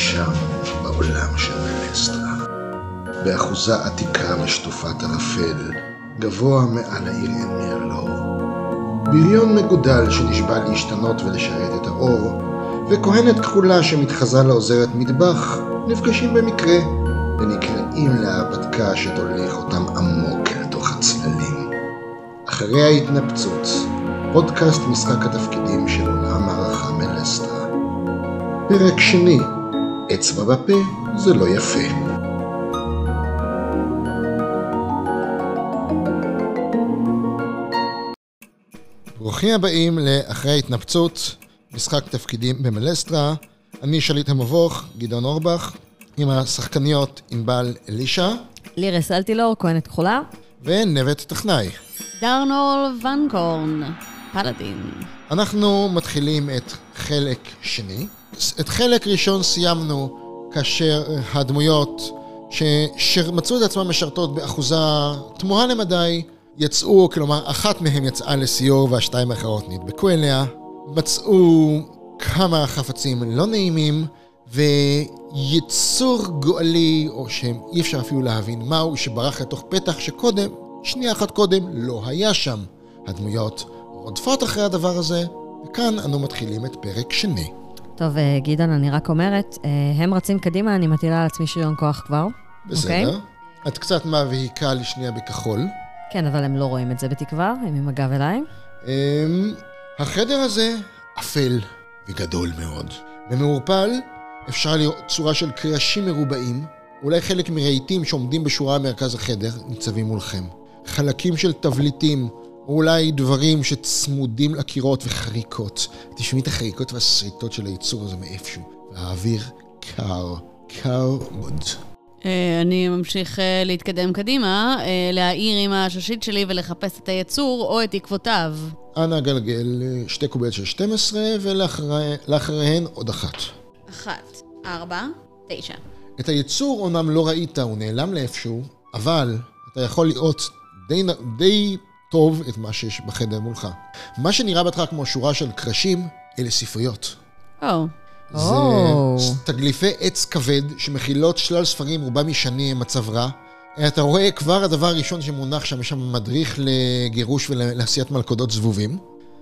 שם, בעולם של מלסטרה. באחוזה עתיקה משטופת ערפל, גבוה מעל העיר עין מרלור. בריון מגודל שנשבע להשתנות ולשרת את האור, וכהנת כחולה שמתחזה לעוזרת מטבח, נפגשים במקרה, ונקראים להרפתקה שתוליך אותם עמוק אל תוך הצללים. אחרי ההתנפצות, פודקאסט משחק התפקידים של עולם הערכה מלסטרה. פרק שני, אצבע בפה זה לא יפה. ברוכים הבאים לאחרי ההתנפצות, משחק תפקידים במלסטרה. אני שליט המבוך, גדעון אורבך, עם השחקניות ענבל אלישע, לירס אלטילור, כהנת כחולה, ונבט טכנאי. דרנול ונקורן, פלאדין. אנחנו מתחילים את חלק שני. את חלק ראשון סיימנו כאשר הדמויות שמצאו את עצמם משרתות באחוזה תמוהה למדי, יצאו, כלומר, אחת מהם יצאה לסיור והשתיים האחרות נדבקו אליה, מצאו כמה חפצים לא נעימים, ויצור גואלי, או שאי אפשר אפילו להבין מהו, שברח לתוך פתח שקודם, שנייה אחת קודם, לא היה שם. הדמויות רודפות אחרי הדבר הזה, וכאן אנו מתחילים את פרק שני. טוב, גדעון, אני רק אומרת, הם רצים קדימה, אני מטילה על עצמי שריון כוח כבר. בסדר. את קצת מבהיקה לשנייה בכחול. כן, אבל הם לא רואים את זה בתקווה, הם עם הגב אליי. החדר הזה אפל וגדול מאוד. במעורפל אפשר לראות צורה של קרשים מרובעים, אולי חלק מרהיטים שעומדים בשורה במרכז החדר, ניצבים מולכם. חלקים של תבליטים, או אולי דברים שצמודים לקירות וחריקות. תשמעי את החריקות והסריטות של היצור הזה מאיפשהו. והאוויר קר, קר מאוד. אני ממשיך להתקדם קדימה, להעיר עם השושית שלי ולחפש את היצור או את עקבותיו. אנא גלגל 2 קוביות של 12 ולאחריהן עוד 1. 1, 4, 9. את היצור אומנם לא ראית, הוא נעלם לאיפשהו, אבל אתה יכול לראות די טוב את מה שיש בחדר מולך. מה שנראה בהתחלה כמו שורה של קרשים, אלה ספריות. זה תגליפי עץ כבד שמכילות שלל ספרים, רובם ישנים, מצב רע. אתה רואה כבר הדבר הראשון שמונח שם, יש שם מדריך לגירוש ולעשיית מלכודות זבובים.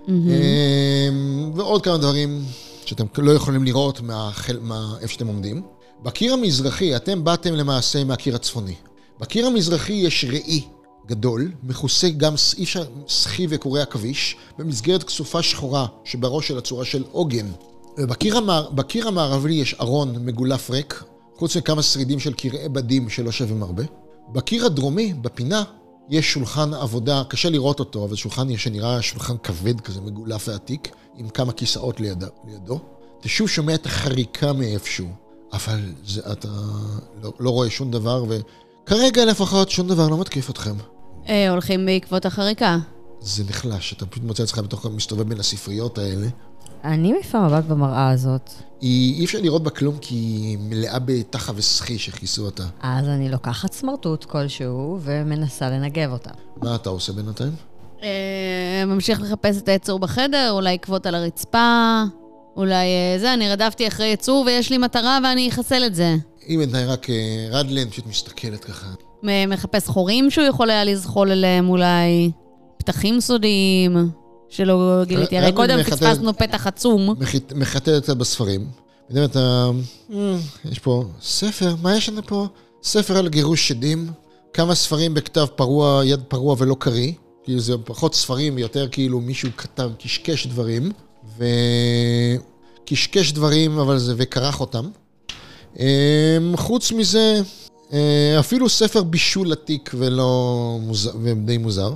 ועוד כמה דברים שאתם לא יכולים לראות מאיפה שאתם עומדים. בקיר המזרחי, אתם באתם למעשה מהקיר הצפוני. בקיר המזרחי יש ראי גדול, מכוסה גם סחי וקורי עכביש, במסגרת כסופה שחורה שבראש של הצורה של עוגן. בקיר המערבי יש ארון מגולף ריק, חוץ מכמה שרידים של קרעי בדים שלא שווים הרבה. בקיר הדרומי, בפינה, יש שולחן עבודה, קשה לראות אותו, אבל שולחן שנראה שולחן כבד כזה, מגולף ועתיק, עם כמה כיסאות לידו. אתה שוב שומע את החריקה מאיפשהו, אבל אתה לא רואה שום דבר, וכרגע לפחות שום דבר לא מתקיף אתכם. הולכים בעקבות החריקה. זה נחלש, אתה פשוט מוצא אצלך בתוך מסתובב בין הספריות האלה. אני מפה מבט במראה הזאת. אי אפשר לראות בה כלום כי היא מלאה בתחה וסחי שכיסו אותה. אז אני לוקחת סמרטוט כלשהו ומנסה לנגב אותה. מה אתה עושה בינתיים? ממשיך לחפש את היצור בחדר, אולי עקבות על הרצפה, אולי אני רדפתי אחרי יצור ויש לי מטרה ואני אחסל את זה. היא בינתיים רק רדלן פשוט מסתכלת ככה. מחפש חורים שהוא יכול היה לזחול אליהם, אולי פתחים סודיים. שלא גיליתי, הרי קודם פספסנו פתח עצום. מחטאת בספרים. בדיוק אתה, יש פה ספר, מה יש לנו פה? ספר על גירוש שדים, כמה ספרים בכתב פרוע, יד פרוע ולא קרי, כאילו זה פחות ספרים, יותר כאילו מישהו כתב קשקש דברים, וקשקש דברים, אבל זה וקרח אותם. חוץ מזה, אפילו ספר בישול עתיק ודי מוזר.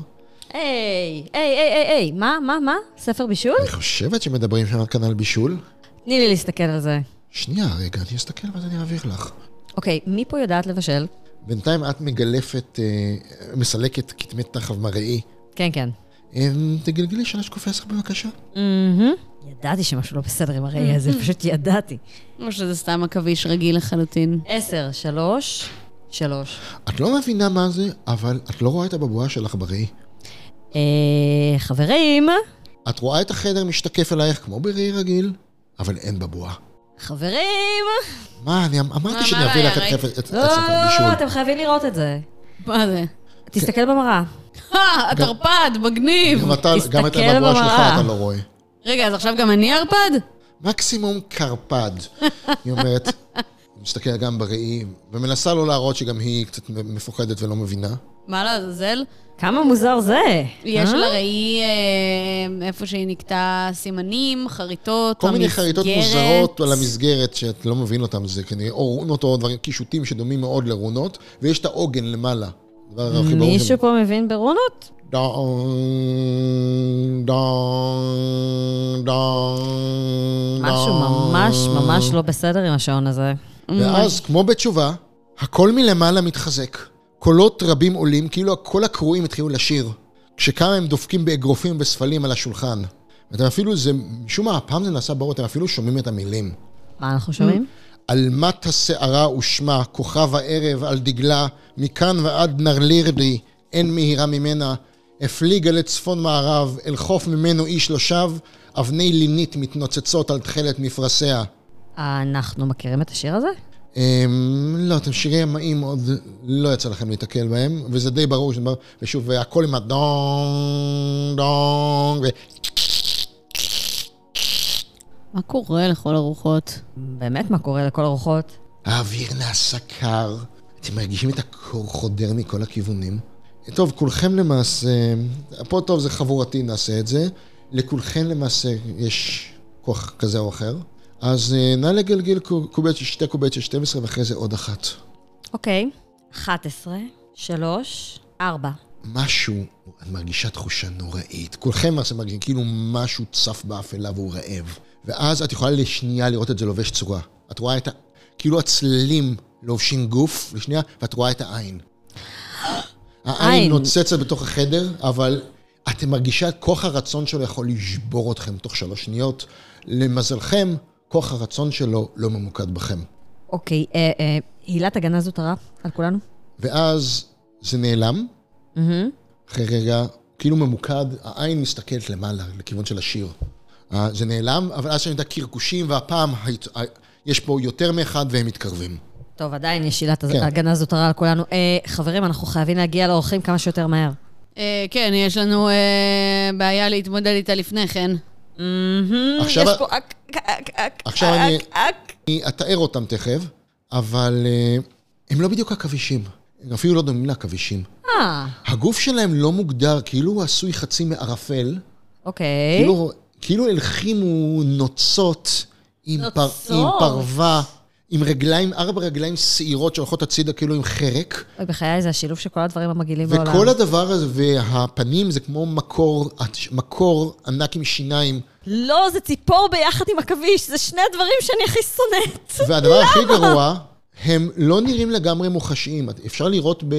היי, מה? ספר בישול? אני חושבת שמדברים שם כאן על בישול. תני לי להסתכל על זה. שנייה, רגע, אני אסתכל ואז אני אעביר לך. אוקיי, מי פה יודעת לבשל? בינתיים את מגלפת, מסלקת כתמי תחב מראי. כן. תגלגלי 3 קופי 10 בבקשה. ידעתי שמשהו לא בסדר עם הראי הזה, פשוט ידעתי. או שזה סתם עכביש רגיל לחלוטין. 10, 3. את לא מבינה מה זה, אבל את לא רואה את הבבואה שלך בראי. חברים. את רואה את החדר משתקף אלייך כמו בראי רגיל, אבל אין בבואה. חברים! מה, אני אמרתי שאני אביא לך את לא, ספר בישול. אתם חייבים לראות את זה. מה זה? תסתכל במראה. התרפד, מגניב. גם את הבבואה שלך אתה לא רואה. רגע, אז עכשיו גם אני ארפד? מקסימום קרפד. היא אומרת, מסתכלת גם בראי, ומנסה לא להראות שגם היא קצת מפוחדת ולא מבינה. מה לעזאזל? כמה מוזר זה. יש לה ראי איפה שהיא נקטה סימנים, חריטות, כל מיני חריטות מוזרות על המסגרת שאת לא מבין אותם, זה כנראה או רונות או דברים, קישוטים שדומים מאוד לרונות, ויש את העוגן למעלה. מישהו פה מבין ברונות? משהו ממש לא בסדר עם השעון הזה. ואז, כמו בתשובה, הכל מלמעלה מתחזק. קולות רבים עולים, כאילו כל הקרואים התחילו לשיר. כשכמה הם דופקים באגרופים ובספלים על השולחן. ואתם אפילו, משום מה, הפעם זה נעשה ברור, אתם אפילו שומעים את המילים. מה אנחנו שומעים? על מת השערה ושמה, כוכב הערב על דגלה, מכאן ועד נרלירדי, אין מהירה ממנה, הפליגה לצפון מערב, אל חוף ממנו איש לא שב, אבני לינית מתנוצצות על תחלת מפרסיה. אנחנו מכירים את השיר הזה? לא, אתם שירי ימאים עוד לא יצא לכם להתקל בהם, וזה די ברור, ושוב, והכל עם הדונג, דונג, מה קורה לכל הרוחות? באמת, מה קורה לכל הרוחות? האוויר נעשה קר, אתם מרגישים את הקור חודר מכל הכיוונים. טוב, כולכם למעשה, פה טוב זה חבורתי נעשה את זה, לכולכם למעשה יש כוח כזה או אחר, אז נא לגלגל שתי קוביות של 12 ואחרי זה עוד אחת. אוקיי, 11, 3, 4. משהו, את מרגישה תחושה נוראית, כולכם מרגישים כאילו משהו צף באפלה והוא רעב, ואז את יכולה לשנייה לראות את זה לובש צורה. את רואה את כאילו הצללים לובשים גוף לשנייה, ואת רואה את העין. העין נוצצת בתוך החדר, אבל אתם מרגישה כוח הרצון שלו יכול לשבור אתכם תוך 3 שניות. למזלכם, כוח הרצון שלו לא ממוקד בכם. אוקיי, הילת הגנה זאת הרע על כולנו? ואז זה נעלם. אחרי רגע, כאילו ממוקד, העין מסתכלת למעלה, לכיוון של השיר. זה נעלם, אבל אז שאני יודע קרקושים, והפעם יש פה יותר מאחד והם מתקרבים. טוב, עדיין יש הילת הגנה זאת הרע על כולנו. חברים, אנחנו חייבים להגיע לאורחים כמה שיותר מהר. כן, יש לנו בעיה להתמודד איתה לפני כן. עכשיו אני אתאר אותם תכף, אבל הם לא בדיוק עכבישים. הם אפילו לא דומים לעכבישים. הגוף שלהם לא מוגדר, כאילו הוא עשוי חצי מערפל. אוקיי. כאילו הלחימו נוצות עם פרווה, עם רגליים, 4 רגליים שעירות שהולכות הצידה כאילו עם חרק. אוי, בחיי זה השילוב של כל הדברים המגעילים בעולם. וכל הדבר הזה, והפנים זה כמו מקור ענק עם שיניים. לא, זה ציפור ביחד עם עכביש, זה שני הדברים שאני הכי שונאת. והדבר הכי גרוע, הם לא נראים לגמרי מוחשיים. אפשר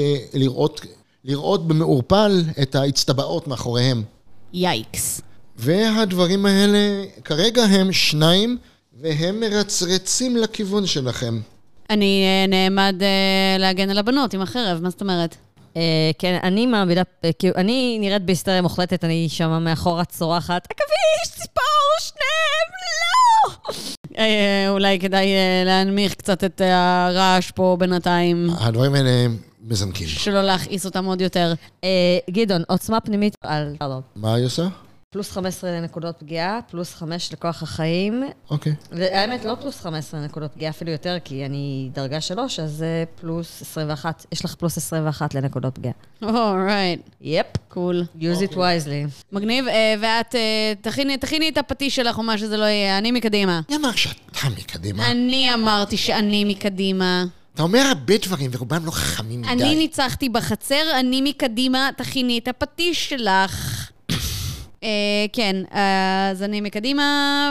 לראות במעורפל את ההצטבעות מאחוריהם. ייקס. והדברים האלה, כרגע הם 2, והם מרצרצים לכיוון שלכם. אני נעמד להגן על הבנות עם החרב, מה זאת אומרת? כן, אני מעמידה, אני נראית בהיסטריה מוחלטת, אני שמה מאחורה צורחת, עכביש, ציפור, שניהם, לא! אולי כדאי להנמיך קצת את הרעש פה בינתיים. הדברים האלה מזנקים. שלא להכעיס אותם עוד יותר. גדעון, עוצמה פנימית על... מה היא עושה? פלוס 15 לנקודות פגיעה, פלוס 5 לכוח החיים. אוקיי. האמת, לא פלוס 15 לנקודות פגיעה, אפילו יותר, כי אני דרגה 3, אז זה פלוס 21. יש לך פלוס 21 לנקודות פגיעה. Alright. יפ. קול. Use it wisely. מגניב, ואת תכיני את הפטיש שלך או מה שזה לא יהיה, אני מקדימה. אני אמר שאתה מקדימה. אני אמרתי שאני מקדימה. אתה אומר הרבה דברים, ורובם לא חכמים מדי. אני ניצחתי בחצר, אני מקדימה, תכיני את הפטיש שלך. כן, אז אני מקדימה,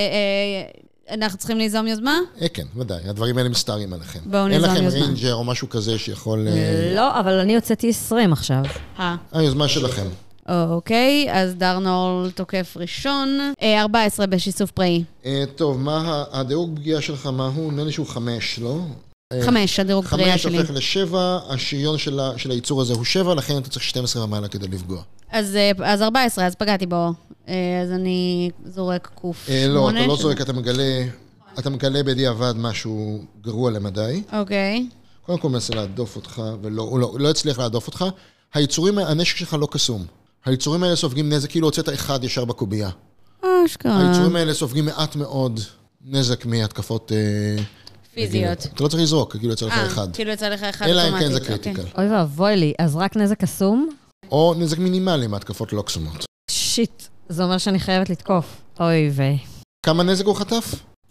ואנחנו צריכים ליזום יוזמה? כן, ודאי, הדברים האלה מסתרים עליכם. בואו ניזום יוזמה. אין לכם ריינג'ר או משהו כזה שיכול... לא, אבל אני הוצאתי 20 עכשיו. היוזמה שלכם. אוקיי, אז דרנול תוקף ראשון. 14 בשיסוף פראי. טוב, מה הדירוג פגיעה שלך, מה הוא? נראה לי שהוא 5, לא? 5, הדירוג פריאה שלי. 5 הופך ל7, השריון של הייצור הזה הוא 7, לכן אתה צריך 12 ומעלה כדי לפגוע. אז 14, אז פגעתי בו. אז אני זורק קוף 8. לא, אתה לא זורק, אתה מגלה אתה מגלה בדיעבד משהו גרוע למדי. אוקיי. קודם כל מנסה להדוף אותך, הוא לא הצליח להדוף אותך. היצורים, הנשק שלך לא קסום. היצורים האלה סופגים נזק, כאילו הוצאת אחד ישר בקובייה. אשכרה. היצורים האלה סופגים מעט מאוד נזק מהתקפות פיזיות. אתה לא צריך לזרוק, כאילו יצא לך אחד. כאילו יצא לך אחד אלא אוטומטית. אם כן זה קריטיקל. אוי ואבוי לי, אז רק נזק קסום? או נזק מינימלי מהתקפות לא קסומות. שיט, זה אומר שאני חייבת לתקוף. אוי ויי. כמה נזק הוא חטף?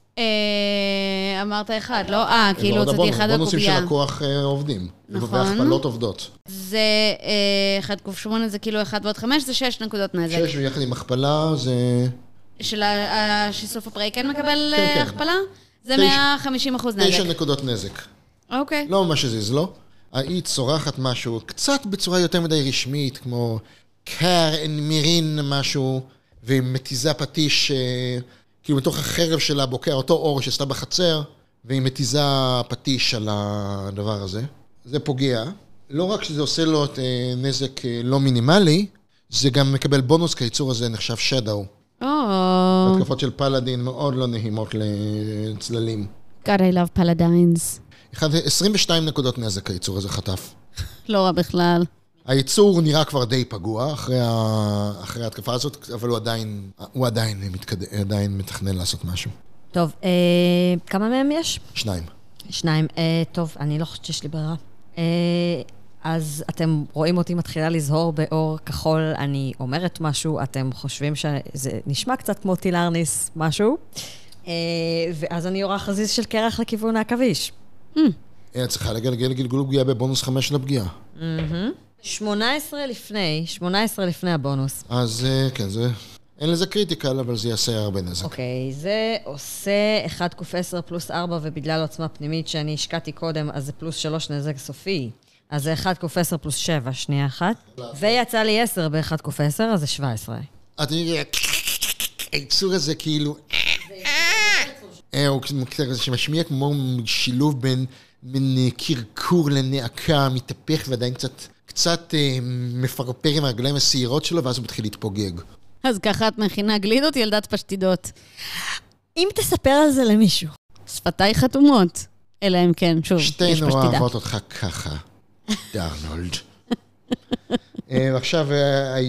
אמרת אחד, לא? כאילו הוצאתי אחד בונוסים בקובייה. של הכוח עובדים. נכון. והכפלות עובדות. זה 1 + 8 זה כאילו 1 ועוד 5, זה 6 נקודות נזק. 6 ויחד עם הכפלה זה... של השיסוף הפראי כן מקבל כן. הכפלה? זה 150% נזק. 9 נקודות נזק. אוקיי. לא ממש הזיז, לא? היא צורחת משהו, קצת בצורה יותר מדי רשמית, כמו קר מירין משהו, והיא מתיזה פטיש, כאילו מתוך החרב שלה בוקע אותו אור שעשתה בחצר, והיא מתיזה פטיש על הדבר הזה. זה פוגע. לא רק שזה עושה לו את נזק לא מינימלי, זה גם מקבל בונוס, כי היצור הזה נחשב שדאו. התקפות של פלאדין מאוד לא נהימות לצללים. God, I love paladins. 22 נקודות נזק היצור הזה חטף. לא רע בכלל. היצור נראה כבר די פגוע אחרי ההתקפה הזאת, אבל הוא עדיין מתכנן לעשות משהו. טוב, כמה מהם יש? 2. 2. טוב, אני לא חושבת שיש לי ברירה. אז אתם רואים אותי מתחילה לזהור באור כחול, אני אומרת משהו, אתם חושבים שזה נשמע קצת כמו טילרניס, משהו, ואז אני יורה חזיז של קרח לכיוון העכביש. צריכה לגלגל גלגול פגיעה בבונוס 5 של הפגיעה. 18 לפני הבונוס. אז כן, אין לזה קריטיקל, אבל זה יעשה הרבה נזק. אוקיי, זה עושה 1 + 10 + 4, ובגלל עוצמה פנימית שאני השקעתי קודם, אז זה +3 נזק סופי. אז זה 1 + 10 + 7, שנייה אחת. ויצא לי 10 ב-1 + 10, אז זה 17. אתה נראה, היצור הזה כאילו... הוא שמשמיע כמו שילוב בין קרקור לנעקה, מתהפך ועדיין קצת מפרפר עם הרגליים הסעירות שלו, ואז הוא מתחיל להתפוגג. אז ככה את מכינה גלידות, ילדת פשטידות. אם תספר על זה למישהו. שפתיי חתומות. אלא אם כן, שוב, יש פשטידה. שתינו אוהבות אותך ככה, דארנולד. ועכשיו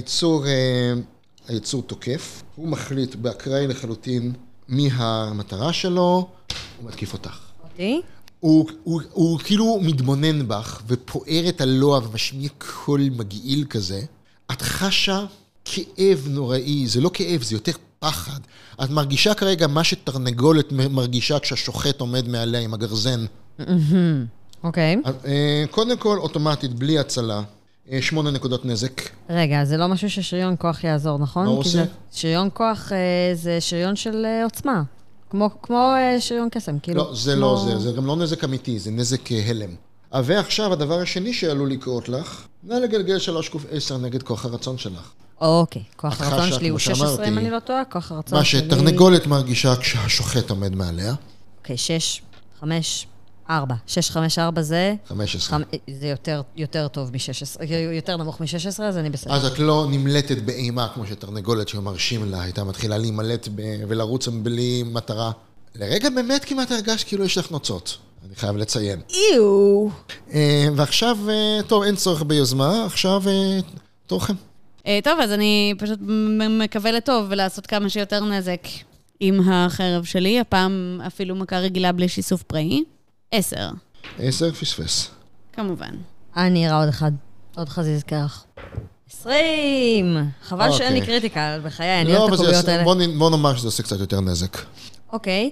היצור תוקף, הוא מחליט באקראי לחלוטין מי המטרה שלו, הוא מתקיף אותך. אותי? הוא כאילו מתבונן בך ופוער את הלוע ומשמיע קול מגעיל כזה. את חשה כאב נוראי, זה לא כאב, זה יותר פחד. את מרגישה כרגע מה שתרנגולת מרגישה כשהשוחט עומד מעליה עם הגרזן. אוקיי. קודם כל, אוטומטית, בלי הצלה, 8 נקודות נזק. רגע, זה לא משהו ששריון כוח יעזור, נכון? מה הוא עושה? שריון כוח זה שריון של עוצמה. כמו שריון קסם, כאילו. לא, זה לא זה גם לא נזק אמיתי, זה נזק הלם. ועכשיו, הדבר השני שעלול לקרות לך, נא לגלגל 3 + 10 נגד כוח הרצון שלך. אוקיי, כוח הרצון שלי הוא 16, אם אני לא טועה, כוח הרצון שלי... מה שתרנגולת מרגישה כשהשוחט עומד מעליה. אוקיי, 6, 5, 4. 6, 5, 4 זה... 15. זה יותר טוב מ-16, יותר נמוך מ-16, אז אני בסדר. אז את לא נמלטת באימה כמו שתרנגולת שמרשים לה, הייתה מתחילה להימלט ולרוץ בלי מטרה. לרגע באמת כמעט הרגש כאילו יש לך נוצות, אני חייב לציין. איו! ועכשיו, טוב, אין צורך ביוזמה, עכשיו תורכם. טוב, אז אני פשוט מקווה לטוב ולעשות כמה שיותר נזק עם החרב שלי, הפעם אפילו מכה רגילה בלי שיסוף פראי. 10. 10 פספס. כמובן. אני אראה עוד אחד, עוד חזיז קרח. 20! חבל שאין לי קריטיקל, בחיי, אני אוהבת את הקוביות האלה. בוא נאמר שזה עושה קצת יותר נזק. אוקיי.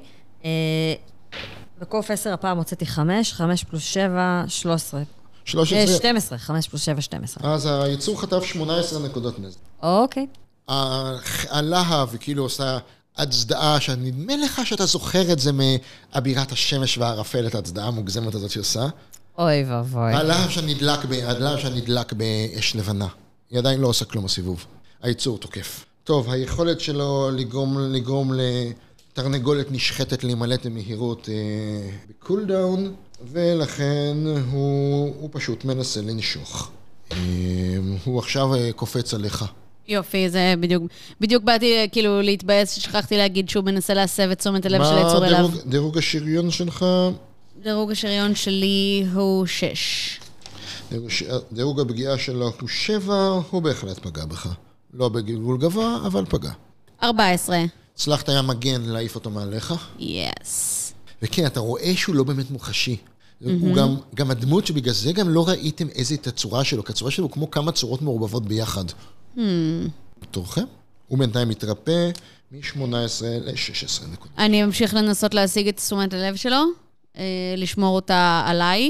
בקוף 10 הפעם הוצאתי 5, 5 + 7, 13. 12, 5 + 7, 12. אז היצור חטף 18 נקודות נזק. אוקיי. הלהב, וכאילו עושה הצדעה, שנדמה לך שאתה זוכר את זה מאבירת השמש והערפל, את ההצדעה המוגזמת הזאת שעושה. אוי ואבוי. הלהב שנדלק באש לבנה. היא עדיין לא עושה כלום הסיבוב. היצור תוקף. טוב, היכולת שלו לגרום לתרנגולת נשחטת להימלט במהירות בקולדאון, ולכן הוא פשוט מנסה לנשוך. הוא עכשיו קופץ עליך. יופי, זה בדיוק באתי כאילו להתבאס ששכחתי להגיד שהוא מנסה להסב את תשומת הלב של היצור אליו. מה דירוג השריון שלך? דירוג השריון שלי הוא 6. דירוג הפגיעה שלו הוא 7, הוא בהחלט פגע בך. לא בגלגול גבוה, אבל פגע. 14. הצלחת היה מגן להעיף אותו מעליך. יס. וכן, אתה רואה שהוא לא באמת מוחשי. הוא גם הדמות שבגלל זה גם לא ראיתם איזה את הצורה שלו, כי הצורה שלו הוא כמו כמה צורות מעורבבות ביחד. בתורכם? הוא בינתיים מתרפא מ-18 ל-16 נקודות. אני אמשיך לנסות להשיג את תשומת הלב שלו, לשמור אותה עליי,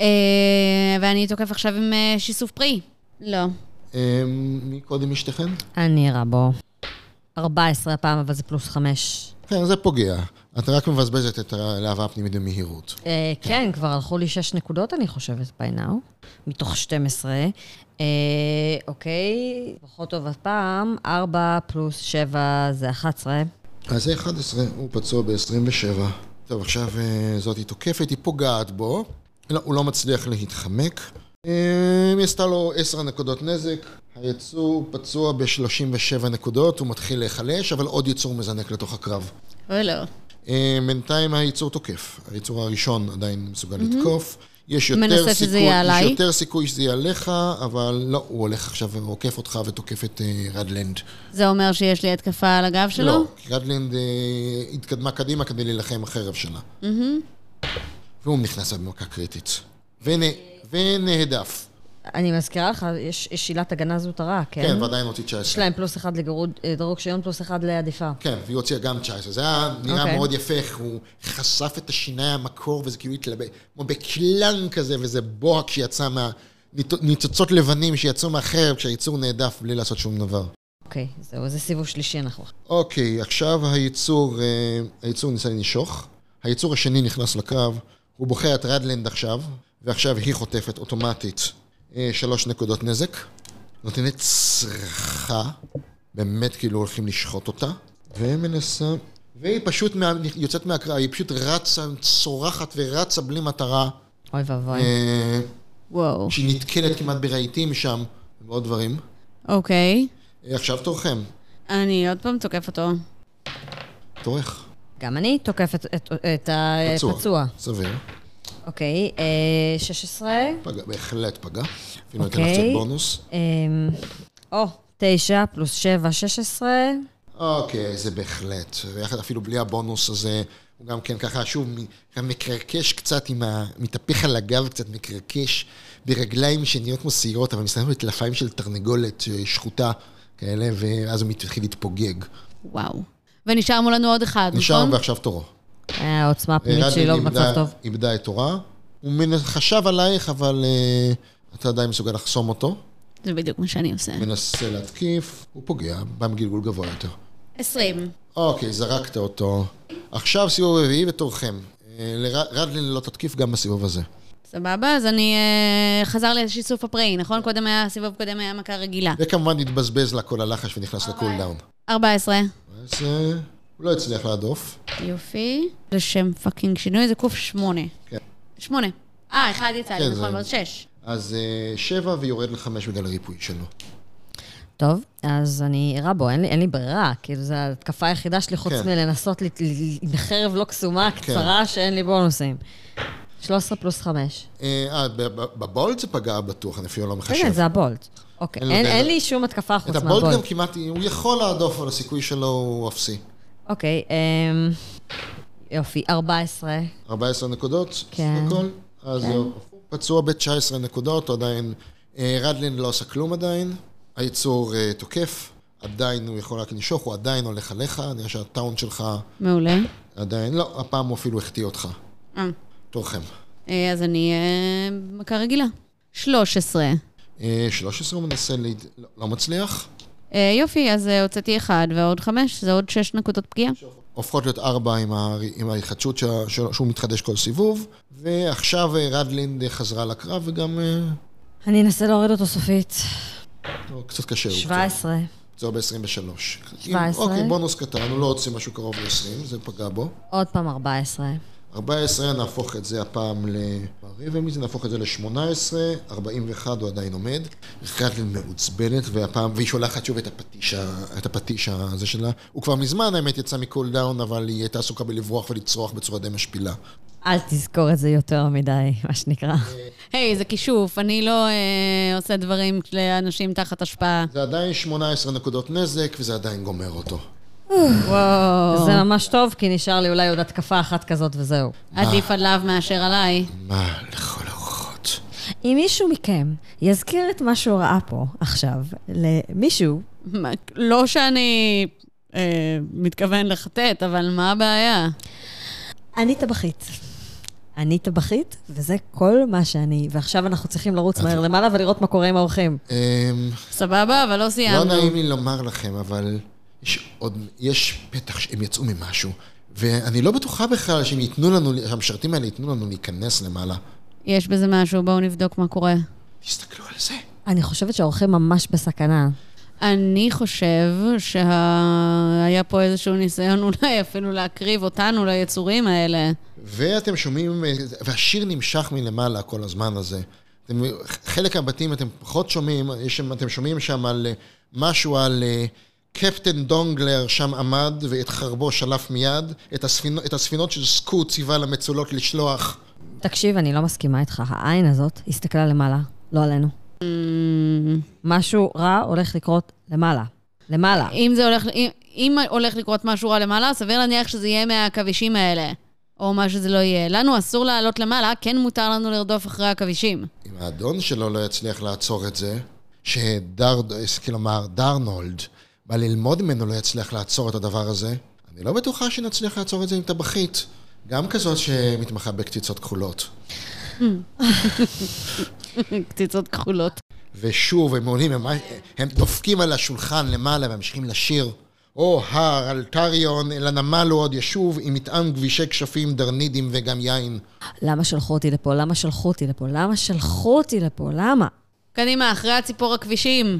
ואני תוקף עכשיו עם שיסוף פרי. לא. מי קודם משתכן? אני רבו. 14 הפעם, אבל זה פלוס 5. כן, זה פוגע. אתה רק מבזבזת את הלהבה הפנימית במהירות. כן, כבר הלכו לי 6 נקודות, אני חושבת, by now, מתוך 12. אוקיי, פחות טוב הפעם, 4 פלוס 7 זה 11. אז זה 11, הוא פצוע ב-27. טוב, עכשיו זאת היא תוקפת, היא פוגעת בו. לא, הוא לא מצליח להתחמק. היא עשתה לו 10 נקודות נזק. היצור פצוע ב-37 נקודות, הוא מתחיל להיחלש, אבל עוד יצור מזנק לתוך הקרב. אוי לא. בינתיים היצור תוקף. היצור הראשון עדיין מסוגל לתקוף. יש יותר סיכוי שזה יהיה עליך, אבל לא, הוא הולך עכשיו ועוקף אותך ותוקף את רדלנד. זה אומר שיש לי התקפה על הגב שלו? לא, רדלנד התקדמה קדימה כדי להילחם החרב שלה. והוא נכנס במכה קריטית. ונהדף. אני מזכירה לך, יש עילת הגנה זוטרה, כן? כן, ועדיין הוציא 19. יש להם פלוס 1 לדירוג שריון, פלוס 1 לעדיפה. כן, והיא הוציאה גם 19. זה היה נראה מאוד יפה, הוא חשף את השיניים המקור, וזה כאילו התלבא, כמו בקלן כזה, וזה בוהק שיצא ניצוצות לבנים שיצאו מהחרב, כשהיצור נהדף בלי לעשות שום דבר. אוקיי, זהו, זה סיבוב שלישי אנחנו. אוקיי, עכשיו היצור ניסה לנשוך. היצור השני נכנס לקרב, הוא בוחר את רדלנד עכשיו, ועכשיו היא חוטפת אוטומטית 3 נקודות נזק. נותנת צרחה, באמת כאילו הולכים לשחוט אותה, ומנסה, והיא פשוט יוצאת מהקרב, היא פשוט רצה, צורחת ורצה בלי מטרה. אוי ואבוי. וואו. שהיא נתקלת כמעט ברהיטים שם, ועוד דברים. אוקיי. עכשיו תורכם. אני עוד פעם תוקף אותו. תורך. גם אני תוקפת את הפצוע. סביר. אוקיי, 16. פגע, בהחלט פגע. אפילו ניתן לך קצת בונוס. 9 פלוס 7, 16. אוקיי, זה בהחלט. ויחד אפילו בלי הבונוס הזה, הוא גם כן ככה, שוב, מקרקש קצת, מתהפך על הגב קצת, מקרקש ברגליים שנהיות כמו שעירות, אבל מסתכל בטלפיים של תרנגולת שחוטה כאלה, ואז הוא מתחיל להתפוגג. וואו. ונשאר מולנו עוד אחד, נכון? נשאר ועכשיו תורו. העוצמה הפנימית שלי לא במצב טוב. איבדה את תורה. הוא חשב עלייך, אבל אתה עדיין מסוגל לחסום אותו. זה בדיוק מה שאני עושה. מנסה להתקיף, הוא פוגע, בא מגלגול גבוה יותר. 20. אוקיי, זרקת אותו. עכשיו סיבוב רביעי ותורכם. רדלין לא תתקיף גם בסיבוב הזה. סבבה, אז אני חזר לשיסוף הפראי, נכון? סיבוב קודם היה מכה רגילה. וכמובן התבזבז לה כל הלחש ונכנס לקולדאון. 14. הוא לא הצליח להדוף. יופי. לשם פאקינג שינוי, זה קוף 8. כן. 8. 1 יצא לי, נכון, אז 6. אז 7 ויורד ל5 בגלל הריפוי שלו. טוב, אז אני רבו, אין לי ברירה, כאילו זו ההתקפה היחידה שלי חוץ מלנסות בחרב לא קסומה, קצרה, שאין לי בונוסים. 13 פלוס 5. בבולט זה פגע בטוח, אני אפילו לא מחשב. כן, זה הבולט. אוקיי, אין לי שום התקפה חוץ מהבולט. את הבולט גם כמעט, הוא יכול להדוף, אבל הסיכוי שלו הוא אפסי. אוקיי, יופי, 14. 14 נקודות? כן. אז הוא פצוע ב-19 נקודות, עדיין, רדלין לא עושה כלום עדיין, היצור תוקף, עדיין הוא יכול רק לנשוך, הוא עדיין הולך עליך, אני חושב שהטאונט שלך... מעולה. עדיין, לא, הפעם הוא אפילו החטיא אותך. תורכם. אז אני מכה רגילה. 13. 13 הוא מנסה לא מצליח. יופי, אז הוצאתי 1 ועוד 5, זה עוד 6 נקודות פגיעה. הופכות להיות 4 עם ההתחדשות שהוא מתחדש כל סיבוב, ועכשיו רדלינד חזרה לקרב וגם... אני אנסה להוריד אותו סופית. קצת קשה. 17. זה ב-23. 17. אוקיי, בונוס קטן, הוא לא הוציא משהו קרוב ל-20, זה פגע בו. עוד פעם 14. 14, נהפוך את זה הפעם רבע מזה, נהפוך את זה ל-18, 41 הוא עדיין עומד. קטלין מעוצבנת, והיא שולחת שוב את הפטיש הזה שלה. הוא כבר מזמן, האמת, יצא מקול דאון, אבל היא הייתה עסוקה בלברוח ולצרוח בצורה די משפילה. אל תזכור את זה יותר מדי, מה שנקרא. היי, זה כישוף, אני לא עושה דברים לאנשים תחת השפעה. זה עדיין 18 נקודות נזק, וזה עדיין גומר אותו. וואו. זה ממש טוב, כי נשאר לי אולי עוד התקפה אחת כזאת וזהו. עדיף עליו מאשר עליי. מה לכל הרוחות? אם מישהו מכם יזכיר את מה שהוא ראה פה עכשיו למישהו... לא שאני מתכוון לחטט, אבל מה הבעיה? אני טבחית, וזה כל מה שאני, ועכשיו אנחנו צריכים לרוץ מהר למעלה ולראות מה קורה עם האורחים. סבבה, אבל לא סיימנו. לא נעים לי לומר לכם, אבל יש פתח שהם יצאו ממשהו, ואני לא בטוחה בכלל שהמשרתים האלה ייתנו לנו להיכנס למעלה. יש בזה משהו, בואו נבדוק מה קורה. תסתכלו על זה. אני חושבת שהאורחים ממש בסכנה. אני חושב שהיה פה איזשהו ניסיון אולי אפילו להקריב אותנו ליצורים האלה. ואתם שומעים, והשיר נמשך מלמעלה כל הזמן הזה. חלק מהבתים אתם פחות שומעים, אתם שומעים שם על משהו על קפטן דונגלר שם עמד, ואת חרבו שלף מיד, את הספינות של סקוט ציווה למצולות לשלוח. תקשיב, אני לא מסכימה איתך. העין הזאת הסתכלה למעלה, לא עלינו. משהו רע הולך לקרות למעלה. למעלה. אם הולך לקרות משהו רע למעלה, סביר להניח שזה יהיה מהכבישים האלה. או מה שזה לא יהיה. לנו אסור לעלות למעלה, כן מותר לנו לרדוף אחרי הכבישים. אם האדון שלו לא יצליח לעצור את זה, כלומר, דרנולד, בא ללמוד ממנו לא יצליח לעצור את הדבר הזה, אני לא בטוחה שנצליח לעצור את זה עם טבחית. גם כזאת שמתמחה בקציצות כחולות. קציצות כחולות. ושוב, הם עולים, הם דופקים על השולחן למעלה והמשיכים לשיר. הר, אלטריון, אל הנמל הוא עוד ישוב, עם מטען גבישי כשפים, דרנידים וגם יין. למה שלחו אותי לפה? למה? קדימה, אחרי הציפור הכבישים.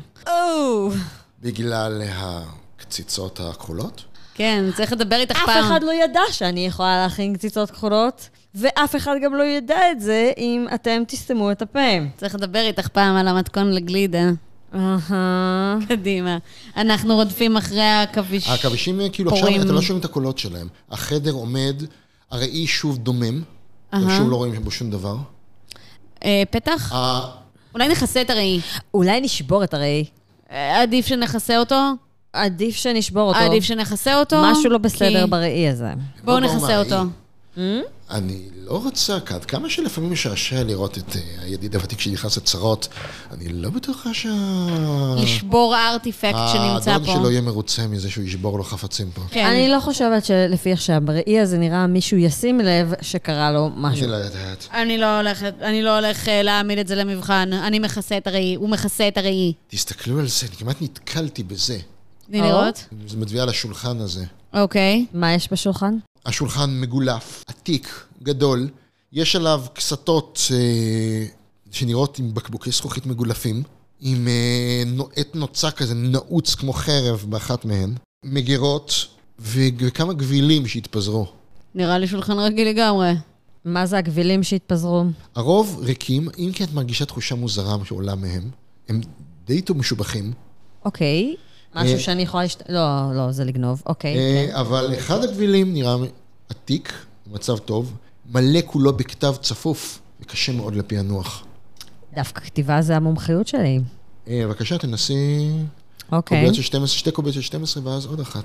בגלל הקציצות הכחולות? כן, צריך לדבר איתך פעם. אף אחד לא ידע שאני יכולה להכין קציצות כחולות, ואף אחד גם לא ידע את זה אם אתם תסתמו את הפה. צריך לדבר איתך פעם על המתכון לגלידה. קדימה. אנחנו רודפים אחרי הכבישים. הכבישים, כאילו עכשיו אתם לא שומעים את הקולות שלהם. החדר עומד, הראי שוב דומם, שוב לא רואים בו שום דבר. פתח? אולי נכסה את הראי. אולי נשבור את הראי. עדיף שנחסה אותו? עדיף שנשבור אותו. עדיף שנחסה אותו? משהו לא בסדר בראי הזה. בואו נחסה אותו. אני לא רוצה, כמה שלפעמים משעשע לראות את הידיד הוותיק שנכנס לצרות, אני לא בטוחה לשבור הארטיפקט שנמצא פה. האדון שלו יהיה מרוצה מזה שהוא ישבור לו חפצים פה. אני לא חושבת שלפי עכשיו, בראי הזה נראה מישהו ישים לב שקרה לו משהו. אני לא יודעת. אני לא הולך להעמיד את זה למבחן. אני מכסה את הראי, הוא מכסה את הראי. תסתכלו על זה, אני כמעט נתקלתי בזה. תני לראות. זה מדביע על השולחן הזה. אוקיי. מה יש בשולחן? השולחן מגולף, עתיק, גדול, יש עליו קסטות שנראות עם בקבוקי זכוכית מגולפים, עם עת נוצה כזה נעוץ כמו חרב באחת מהן, מגירות וכמה גבילים שהתפזרו. נראה לי שולחן רגיל לגמרי. מה זה הגבילים שהתפזרו? הרוב ריקים, אם כי את מרגישה תחושה מוזרה שעולה מהם, הם די משובחים. אוקיי. משהו שאני יכולה לא, זה לגנוב. אוקיי. אבל אחד הגבילים נראה עתיק, במצב טוב, מלא כולו בכתב צפוף, וקשה מאוד לפענוח. דווקא כתיבה זה המומחיות שלי. בבקשה, תנסי... אוקיי. שתי קוביות של 12, ואז עוד אחת.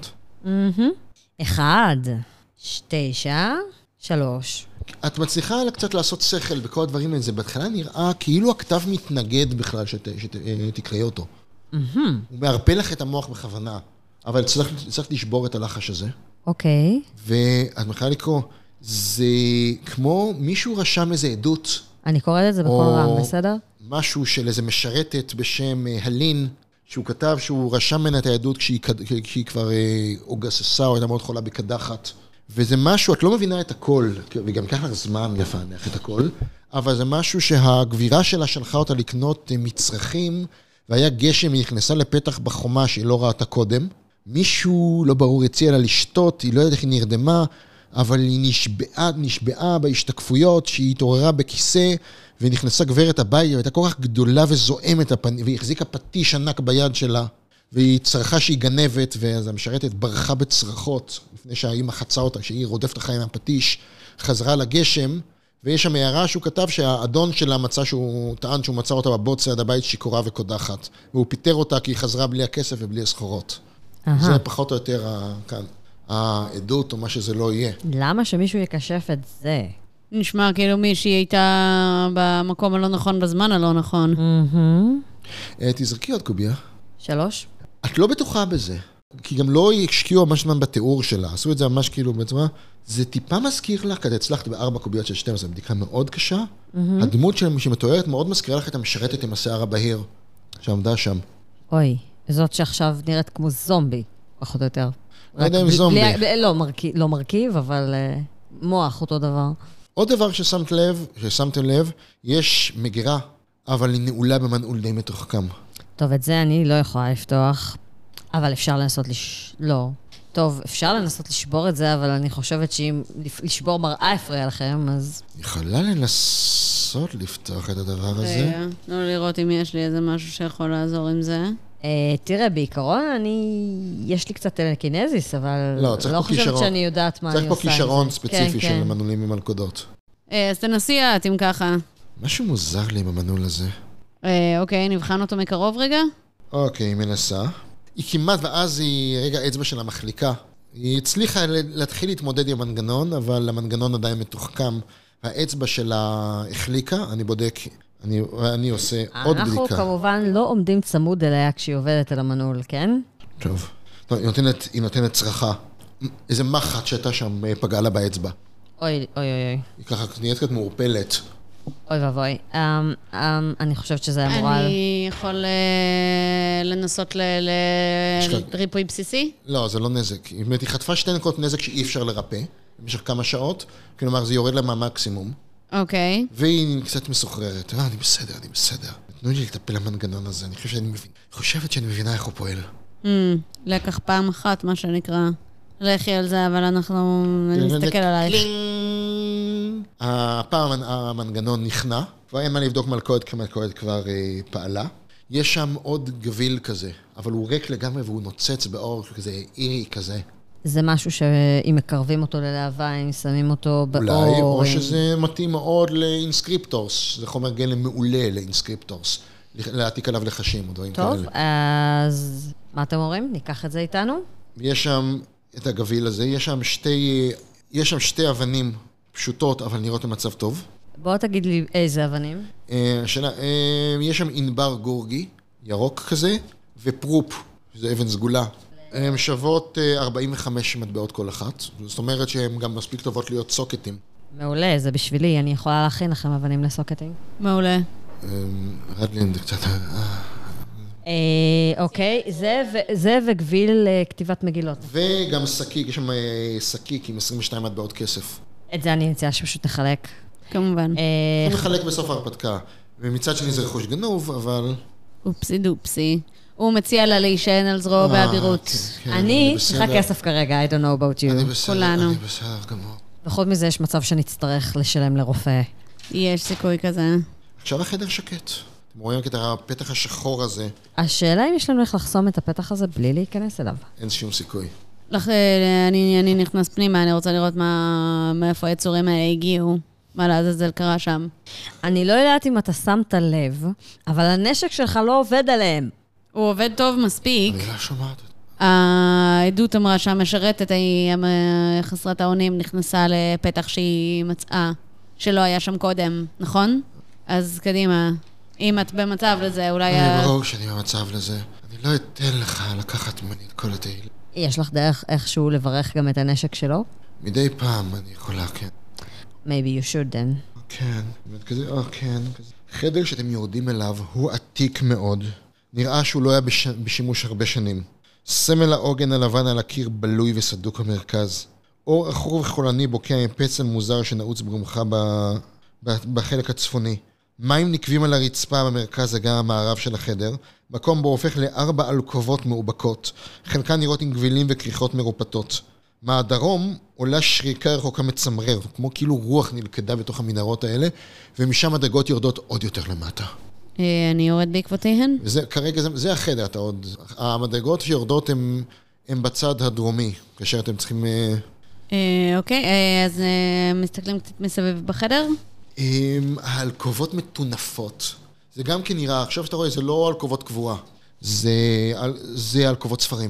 1, 9, 3. את מצליחה קצת לעשות שכל בכל הדברים האלה. זה בהתחלה נראה כאילו הכתב מתנגד בכלל שתקראי אותו. הוא מערפל לך את המוח בכוונה, אבל צריך לשבור את הלחש הזה. אוקיי. ואת מתחילה לקרוא, זה כמו מישהו רשם איזה עדות. אני קוראת את זה בכל רם, בסדר? משהו של איזה משרתת בשם הלין, שהוא כתב שהוא רשם ממנה את העדות כשהיא כבר גססה או הייתה מאוד חולה בקדחת. וזה משהו, את לא מבינה את הכל, וגם ככה זמן לפענח את הכל, אבל זה משהו שהגבירה שלה שלחה אותה לקנות מצרכים, והיה גשם, היא נכנסה לפתח בחומה שהיא לא ראתה קודם. מישהו, לא ברור, הציע לה לשתות, היא לא יודעת איך היא נרדמה, אבל היא נשבעה בהשתקפויות שהיא התעוררה בכיסא, ונכנסה גברת הבית, והייתה כל כך גדולה וזועמת, והיא החזיקה פטיש ענק ביד שלה, והיא צרחה שהיא גנבת, ואז המשרתת ברחה בצרחות, לפני שהאימא חצה אותה, שהיא רודפת אחרי עם הפטיש, חזרה לגשם, ויש שם הערה שהוא כתב שהאדון שלה מצא שהוא טען שהוא מצא אותה בבוץ ליד הבית שיכורה וקודחת, והוא פיטר אותה כי היא חזרה בלי הכסף ובלי הסחורות. זה פחות או יותר כאן, העדות או מה שזה לא יהיה. למה שמישהו יקשף את זה? נשמע כאילו מישהי הייתה במקום הלא נכון, בזמן הלא נכון. תזרקי עוד קוביה. 3. את לא בטוחה בזה, כי גם לא השקיעו ממש זמן בתיאור שלה, עשו את זה ממש כאילו בעצמה, זה טיפה מזכיר לך, כדי הצלחת ב4 קוביות של 12, בדיקה מאוד קשה, הדמות שמתוארת מאוד מזכירה לך את המשרתת עם השיער הבהיר, שעמדה שם. אוי, זאת שעכשיו נראית כמו זומבי, פחות או יותר. לא יודע אם זומבי. לא מרכיב, אבל מוח אותו דבר. עוד דבר ששמתם לב, יש מגירה, אבל היא נעולה במנעול די מתוחכם. טוב, את זה אני לא יכולה לפתוח, אבל אפשר לנסות לא. טוב, אפשר לנסות לשבור את זה, אבל אני חושבת שאם לשבור מראה הפריע לכם, אז... יכולה לנסות לפתוח את הדבר הזה? לא לראות אם יש לי איזה משהו שיכול לעזור עם זה. תראה, בעיקרון יש לי קצת טלקינזיס, אבל לא חושבת שאני יודעת מה אני עושה. צריך פה כישרון ספציפי של מנעולים עם מלכודות. אז תנסי את, אם ככה. משהו מוזר לי עם המנעול הזה. אוקיי, נבחן אותו מקרוב רגע. אוקיי, היא מנסה. היא כמעט, ואז היא רגע אצבע שלה מחליקה. היא הצליחה להתחיל להתמודד עם המנגנון, אבל המנגנון עדיין מתוחכם. האצבע שלה החליקה, אני בודק, אני עושה עוד בדיקה. אנחנו כמובן לא עומדים צמוד אליה כשהיא עובדת על המנעול, כן? טוב. היא נותנת צרחה. איזה מחט שהייתה שם פגעה לה באצבע. אוי. היא ככה נהיית קצת מעורפלת. אוי ואבוי. אני חושבת שזה אמורה... אני יכול לנסות לריפוי בסיסי? לא, זה לא נזק. היא חטפה 2 נקודות נזק שאי אפשר לרפא, במשך כמה שעות, כלומר זה יורד לה מהמקסימום. אוקיי. והיא קצת מסוחררת. אני בסדר. תנו לי לטפל למנגנון הזה, אני חושבת שאני מבינה איך הוא פועל. לקח פעם אחת, מה שנקרא. לכי על זה, אבל אנחנו נסתכל עלייך. הפעם המנגנון נכנע, כבר אין מה לבדוק מלכודת, כי מלכודת כבר פעלה. יש שם עוד גביל כזה, אבל הוא ריק לגמרי והוא נוצץ באור כזה, אירי כזה. זה משהו שאם מקרבים אותו ללהבה, אם שמים אותו באור... אולי, או שזה מתאים מאוד לאינסקריפטורס, זה חומר גלם מעולה לאינסקריפטורס, להעתיק עליו לחשים או דברים כאלה. טוב, אז מה אתם אומרים? ניקח את זה איתנו? יש שם את הגביל הזה, יש שם 2 אבנים פשוטות, אבל נראות במצב טוב. בוא תגיד לי איזה אבנים. יש שם ענבר גורגי, ירוק כזה, ופרופ, שזה אבן סגולה. הן שוות 45 מטבעות כל אחת, זאת אומרת שהן גם מספיק טובות להיות סוקטים. מעולה, זה בשבילי, אני יכולה להכין לכם אבנים לסוקטים. מעולה. רדלין, קצת... אוקיי, זה וגביל כתיבת מגילות. וגם שקיק, יש שם שקיק עם 22 מטבעות כסף. את זה אני מציעה שפשוט נחלק. כמובן. נחלק בסוף ההרפתקה. ומצד שני זה רכוש גנוב, אבל... אופסי דופסי. הוא מציע לה להישען על זרוע באבירות. אני צריכה כסף כרגע, I don't know about you. כולנו. אני בסדר גמור. וחוץ מזה יש מצב שנצטרך לשלם לרופא. יש סיכוי כזה. עכשיו החדר שקט. אתם רואים את הפתח השחור הזה. השאלה אם יש לנו איך לחסום את הפתח הזה בלי להיכנס אליו. אין שום סיכוי. אני נכנס פנימה, אני רוצה לראות מאיפה היצורים האלה הגיעו. מה לעזאזל קרה שם. אני לא יודעת אם אתה שמת לב, אבל הנשק שלך לא עובד עליהם. הוא עובד טוב מספיק. אני לא שומעת. העדות אמרה שהמשרתת היא חסרת האונים נכנסה לפתח שהיא מצאה, שלא היה שם קודם, נכון? אז קדימה. אם את במצב לזה, אולי... אני ברור שאני במצב לזה. אני לא אתן לך לקחת ממני את כל התהילה. יש לך דרך איכשהו לברך גם את הנשק שלו? מדי פעם אני יכולה, כן. Maybe you should then. כן, כזה, כן. חדר שאתם יורדים אליו הוא עתיק מאוד. נראה שהוא לא היה בשימוש הרבה שנים. סמל העוגן הלבן על הקיר בלוי וסדוק במרכז. אור אחור וחולני בוקע עם פצל מוזר שנעוץ ברומך בחלק הצפוני. מים נקבים על הרצפה במרכז אגן המערב של החדר, מקום בו הופך ל4 אלקובות מאובקות, חלקן נראות עם גבילים וכריכות מרופטות. מהדרום עולה שריקה רחוקה מצמרר, כמו כאילו רוח נלכדה בתוך המנהרות האלה, ומשם הדרגות יורדות עוד יותר למטה. אני יורד בעקבותיהן? כרגע זה החדר, אתה עוד... המדרגות שיורדות הם בצד הדרומי, כאשר אתם צריכים... אוקיי, אז מסתכלים קצת מסביב בחדר? הלקובות מטונפות. זה גם כן נראה, עכשיו שאתה רואה, זה לא הלקובות קבועה. זה הלקובות ספרים.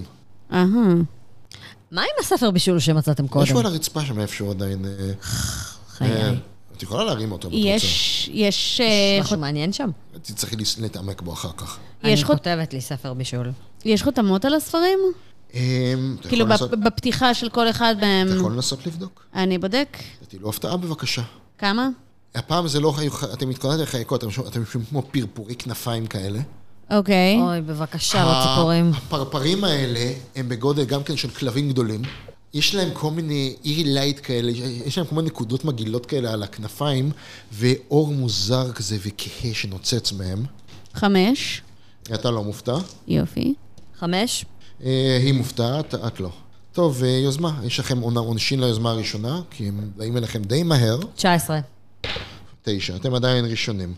מה עם הספר בישול שמצאתם קודם? משהו על הרצפה שם איפשהו עדיין... חיי. את יכולה להרים אותו. יש... משהו מעניין שם? תצטרכי להתעמק בו אחר כך. אני כותבת לי ספר בישול. יש חותמות על הספרים? כאילו בפתיחה של כל אחד מהם... אתה יכול לנסות לבדוק? אני בודק. תתילו הפתעה בבקשה. כמה? הפעם זה לא... אתם מתכוננת לחיקות, אתם משום כמו פרפורי כנפיים כאלה. אוקיי. אוי, בבקשה, לא ציפורים. הפרפרים האלה הם בגודל גם כן של כלבים גדולים. יש להם כל מיני אירי לייט כאלה, יש להם כל מיני נקודות מגעילות כאלה על הכנפיים, ואור מוזר כזה וכהה שנוצץ מהם. 5. אתה לא מופתע. יופי. 5. היא מופתעת, את לא. טוב, יוזמה, יש לכם עונשין ליוזמה הראשונה, כי הם באים אליכם די מהר. 19. 9, אתם עדיין ראשונים.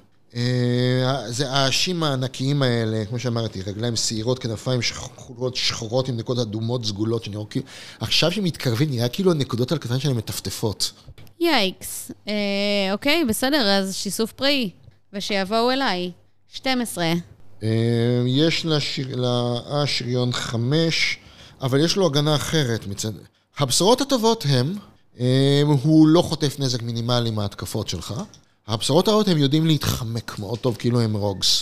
זה האשים הענקיים האלה, כמו שאמרתי, רגליים שעירות, כנפיים שחורות עם נקודות אדומות סגולות, שנראות כאילו, עכשיו שמתקרבים נראה כאילו הנקודות על כתפיים שלהם מטפטפות. יאיקס. אוקיי, בסדר, אז שיסוף פראי, ושיבואו אליי. 12. יש לשריון 5, אבל יש לו הגנה אחרת. הבשורות הטובות הם, הוא לא חוטף נזק מינימלי מההתקפות שלך. הבשורות הרעות הם יודעים להתחמק מאוד טוב, כאילו הם רוגס.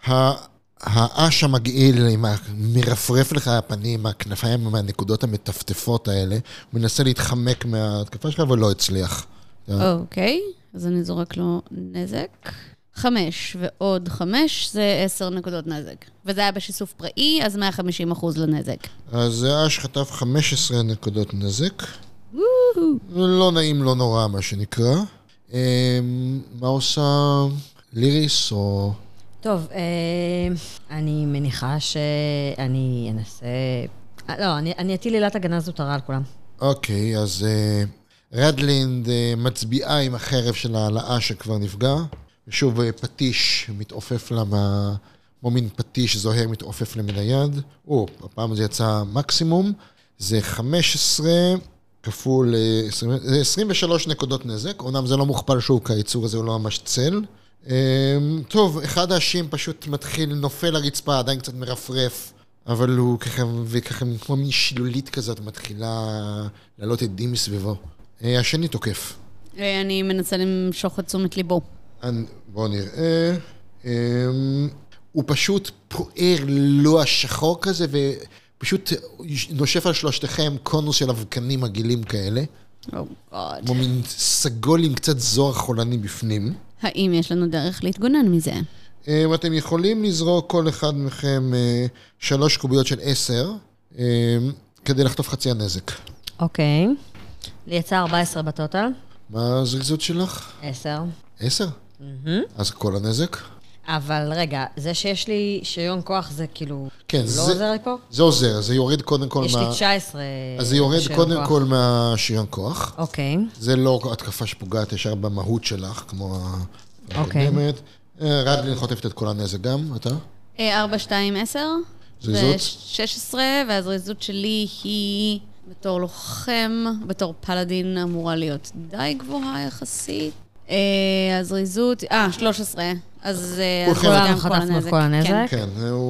האש המגעיל, מרפרף לך הפנים, מהכנפיים, מהנקודות המטפטפות האלה, הוא מנסה להתחמק מההתקפה שלך, אבל לא הצליח. אוקיי, אז אני זורק לו נזק. 5 ועוד 5 זה 10 נקודות נזק. וזה היה בשיסוף פראי, אז 150% לנזק. אז האש חטף 15 נקודות נזק. לא נעים, לא נורא, מה שנקרא. מה עושה ליריס או... טוב, אני מניחה שאני אנסה... לא, אני אטיל עילת הגנה זוטרה על כולם. אוקיי, אז רדלינד מצביעה עם החרב שלה על האש שכבר נפגע, ושוב פטיש מתעופף לה כמו מין פטיש זוהר מתעופף לה מן היד. הפעם זה יצא מקסימום, זה 15... כפול 23 נקודות נזק, אומנם זה לא מוכפל שוב, כי הייצור הזה הוא לא ממש צל. טוב, אחד האשים פשוט מתחיל, נופל לרצפה, עדיין קצת מרפרף, אבל הוא ככה כמו מין שילולית כזאת, מתחילה לעלות עדים מסביבו. השני תוקף. אני מנסה למשוך את תשומת ליבו. בואו נראה. הוא פשוט פוער לא השחור כזה, פשוט נושף על שלושתכם קונוס של אבקנים מגעילים כאלה. כמו מין סגול עם קצת זוהר חולני בפנים. האם יש לנו דרך להתגונן מזה? אתם יכולים לזרוק כל אחד מכם 3 קוביות של 10, כדי לחטוף חצי הנזק. אוקיי. לי יצא 14 בטוטל. מה הזריזות שלך? 10. 10? אז כל הנזק? אבל רגע, זה שיש לי שריון כוח זה כאילו כן, לא עוזר לי פה? זה עוזר, זה יורד קודם כל יש לי 19 אז זה יורד קודם כל מהשריון כוח. אוקיי. זה לא התקפה שפוגעת ישר במהות שלך, כמו הקודמת. רדלין חוטפת את כל הנזק גם, אתה? 4, 2, 10. זריזות? 16, והזריזות שלי היא בתור לוחם, בתור פלדין אמורה להיות די גבוהה יחסית. הזריזות, 13. אז כולם חטפנו את כל הנזק. כן,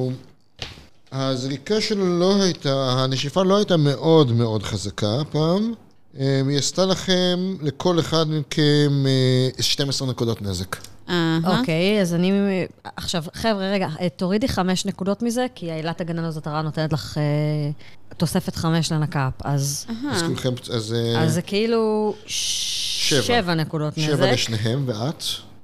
הזריקה שלו לא הייתה, הנשיפה לא הייתה מאוד מאוד חזקה הפעם. היא עשתה לכם, לכל אחד מכם 12 נקודות נזק. אוקיי, אז אני... עכשיו, חבר'ה, רגע, תורידי 5 נקודות מזה, כי העילת הגנה הזוטרה נותנת לך תוספת 5 לנקאפ, אז... אז כולכם... אז זה כאילו 7 נקודות נזק. 7 לשניהם, ואת?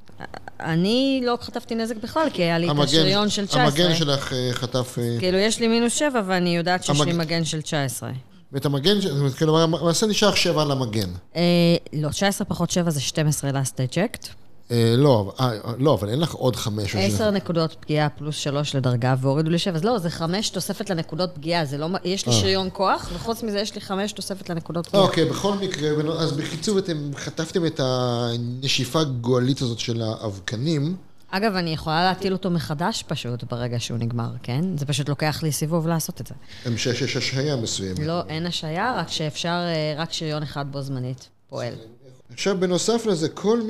אני לא חטפתי נזק בכלל, כי היה לי את השריון של 19. המגן שלך חטף... כאילו, יש לי מינוס 7, ואני יודעת שיש לי מגן של 19. ואת המגן, כלומר, מעשה נשאר 7 על המגן. לא, 19 פחות 7 זה 12 last day checked. לא, אבל אין לך עוד 5. 10 נקודות פגיעה פלוס 3 לדרגה, והורידו לי 7, אז לא, זה 5 תוספת לנקודות פגיעה, זה לא, יש לי שריון כוח, וחוץ מזה יש לי 5 תוספת לנקודות פגיעה. אוקיי, בכל מקרה, אז בחיצוב אתם חטפתם את הנשיפה הגואלית הזאת של האבקנים. אגב, אני יכולה להטיל אותו מחדש פשוט ברגע שהוא נגמר, כן? זה פשוט לוקח לי סיבוב לעשות את זה. יש השהיה מסוימת. לא, אין השהיה, רק שאפשר, רק שריון אחד בו זמנית פועל. עכשיו, בנוסף לזה, כל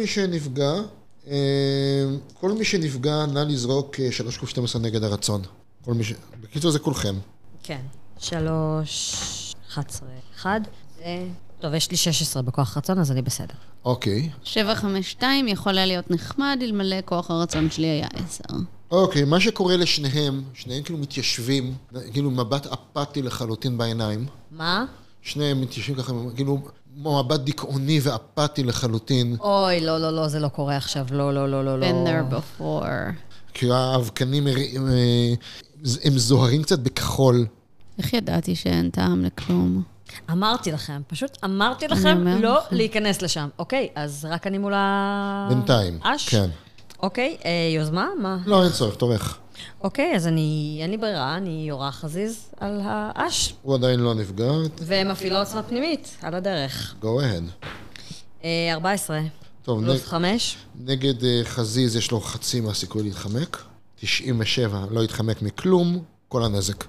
מי שנפגע, נא לזרוק 3 + 12 נגד הרצון. בקיצור, זה כולכם. כן. 3, 11, 1. טוב, יש לי 16 בכוח רצון, אז אני בסדר. אוקיי. 752 יכולה להיות נחמד, אלמלא כוח הרצון שלי היה 10. אוקיי, מה שקורה לשניהם, שניהם כאילו מתיישבים, כאילו מבט אפאתי לחלוטין בעיניים. מה? שניהם מתיישבים ככה, כאילו מבט דיכאוני ואפאתי לחלוטין. אוי, לא, זה לא קורה עכשיו, לא. Been there before. כי האבקנים הם זוהרים קצת בכחול. איך ידעתי שאין טעם לכלום? פשוט אמרתי לכם לא להיכנס לשם. אוקיי, אז רק אני מול בינתיים, האש? כן. אוקיי, יוזמה? מה? לא, אין צורך, תורך. אוקיי, אז אין לי ברירה, אני יורה חזיז על האש. הוא עדיין לא נפגע. ומפעילה עוצמה פנימית, על הדרך. Go ahead. 14. טוב, פלוס 5. נגד חזיז יש לו חצי מהסיכוי להתחמק. 97, לא להתחמק מכלום, כל הנזק.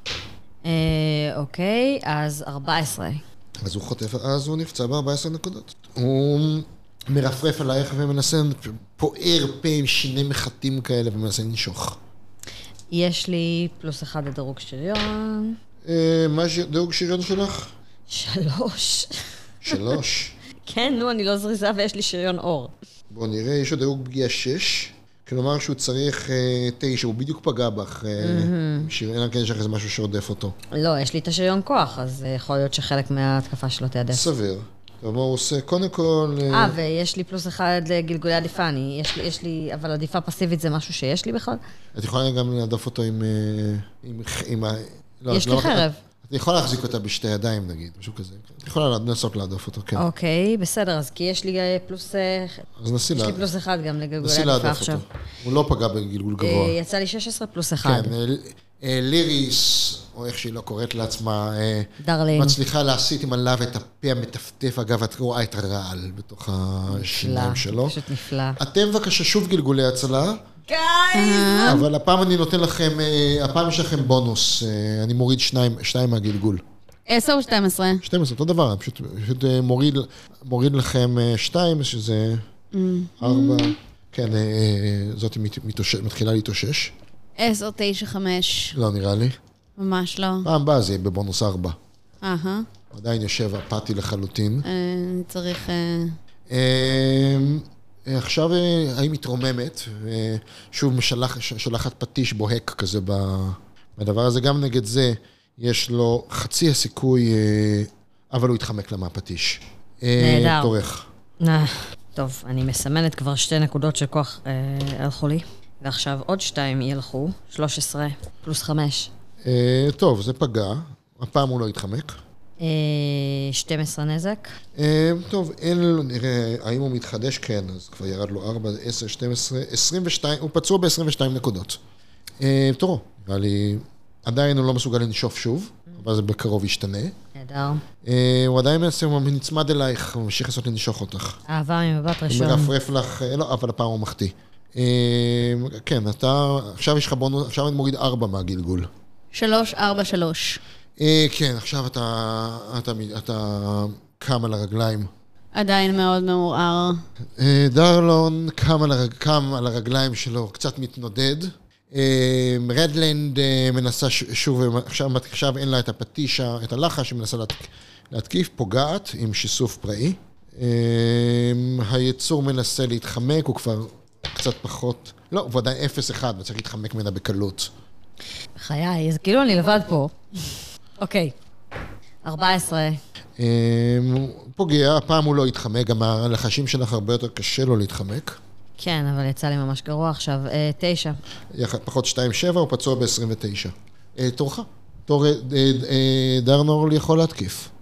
אוקיי, אז 14. אז הוא חוטף, אז הוא נפצע ב-14 נקודות. הוא מרפרף עלייך ומנסה, פוער פה עם שיני מחטים כאלה ומנסה לנשוך. יש לי פלוס 1 לדירוג שריון. מה דירוג שריון שלך? 3. 3. כן, נו, אני לא זריזה ויש לי שריון אור. בואו נראה, יש לו דירוג פגיעה 6. כלומר שהוא צריך 9, הוא בדיוק פגע בך. אלא כן יש לך איזה משהו שעודף אותו. לא, יש לי את השריון כוח, אז יכול להיות שחלק מההתקפה שלו תיעדף. סביר. טוב, מה הוא עושה? קודם כל... ויש לי פלוס 1 לגלגולי עדיפה. יש לי, אבל עדיפה פסיבית זה משהו שיש לי בכלל? את יכולה גם להעדף אותו עם יש לי חרב. את יכולה להחזיק אותה בשתי ידיים, נגיד, משהו כזה. את יכולה לנסות להעדף אותו, כן. אוקיי, בסדר, אז כי יש לי פלוס... אז נסי יש לי פלוס 1 גם לגלגולי עדיפה עכשיו. הוא לא פגע בגלגול גבוה. יצא לי 16 פלוס 1. כן, ליריס, או איך שהיא לא קוראת לעצמה, דרלין. מצליחה להסיט עם עליו את הפה המטפטף, אגב, את רואה את הרעל בתוך השיניים שלו. פשוט נפלא. אתם בבקשה שוב גלגולי הצלה. גייז! אבל הפעם אני נותן לכם, הפעם יש לכם בונוס, אני מוריד 2 מהגלגול. 10 או 12? 12, אותו דבר, אני פשוט מוריד לכם 2, שזה 4, כן, זאת מתחילה להתאושש. 10, 9, 5. לא נראה לי. ממש לא. פעם באה זה יהיה בבונוס 4. עדיין יושב אפאתי לחלוטין. צריך... עכשיו היא מתרוממת, ושוב שולחת פטיש בוהק כזה בדבר הזה. גם נגד זה יש לו חצי הסיכוי, אבל הוא יתחמק לה מהפטיש. נהדר. תורך. טוב, אני מסמנת כבר 2 נקודות של כוח הלכו לי, ועכשיו עוד 2 ילכו, 13 פלוס 5. טוב, זה פגע, הפעם הוא לא יתחמק. 12 נזק. טוב, אין לו, נראה, האם הוא מתחדש? כן, אז כבר ירד לו 4, 10, 12, 22, הוא פצוע ב-22 נקודות. תורו, נראה לי, עדיין הוא לא מסוגל לנשוף שוב, אבל זה בקרוב ישתנה. נהדר. הוא עדיין נצמד אלייך, הוא ממשיך לעשות לנשוך אותך. אהבה ממבט ראשון. הוא מרפרף לך, לא, אבל הפעם הוא מחטיא. כן, אתה, עכשיו יש לך בונוס, עכשיו אני מוריד 4 מהגלגול. 3, 4, 3. כן, עכשיו אתה קם על הרגליים. עדיין מאוד מעורער. דרלון קם על הרגליים שלו, קצת מתנודד. רדלנד מנסה שוב, עכשיו אין לה את הפטישה, את הלחש, היא מנסה להתקיף, פוגעת עם שיסוף פראי. היצור מנסה להתחמק, הוא כבר קצת פחות, לא, הוא עדיין 0-1, וצריך להתחמק ממנה בקלות. חיי, זה כאילו אני לבד פה. אוקיי, 14. פוגע, הפעם הוא לא יתחמק, גם הלחשים שלך הרבה יותר קשה לו להתחמק. כן, אבל יצא לי ממש גרוע עכשיו. 9. פחות 2-7, הוא פצוע ב-29. תורך. דרנור יכול להתקיף.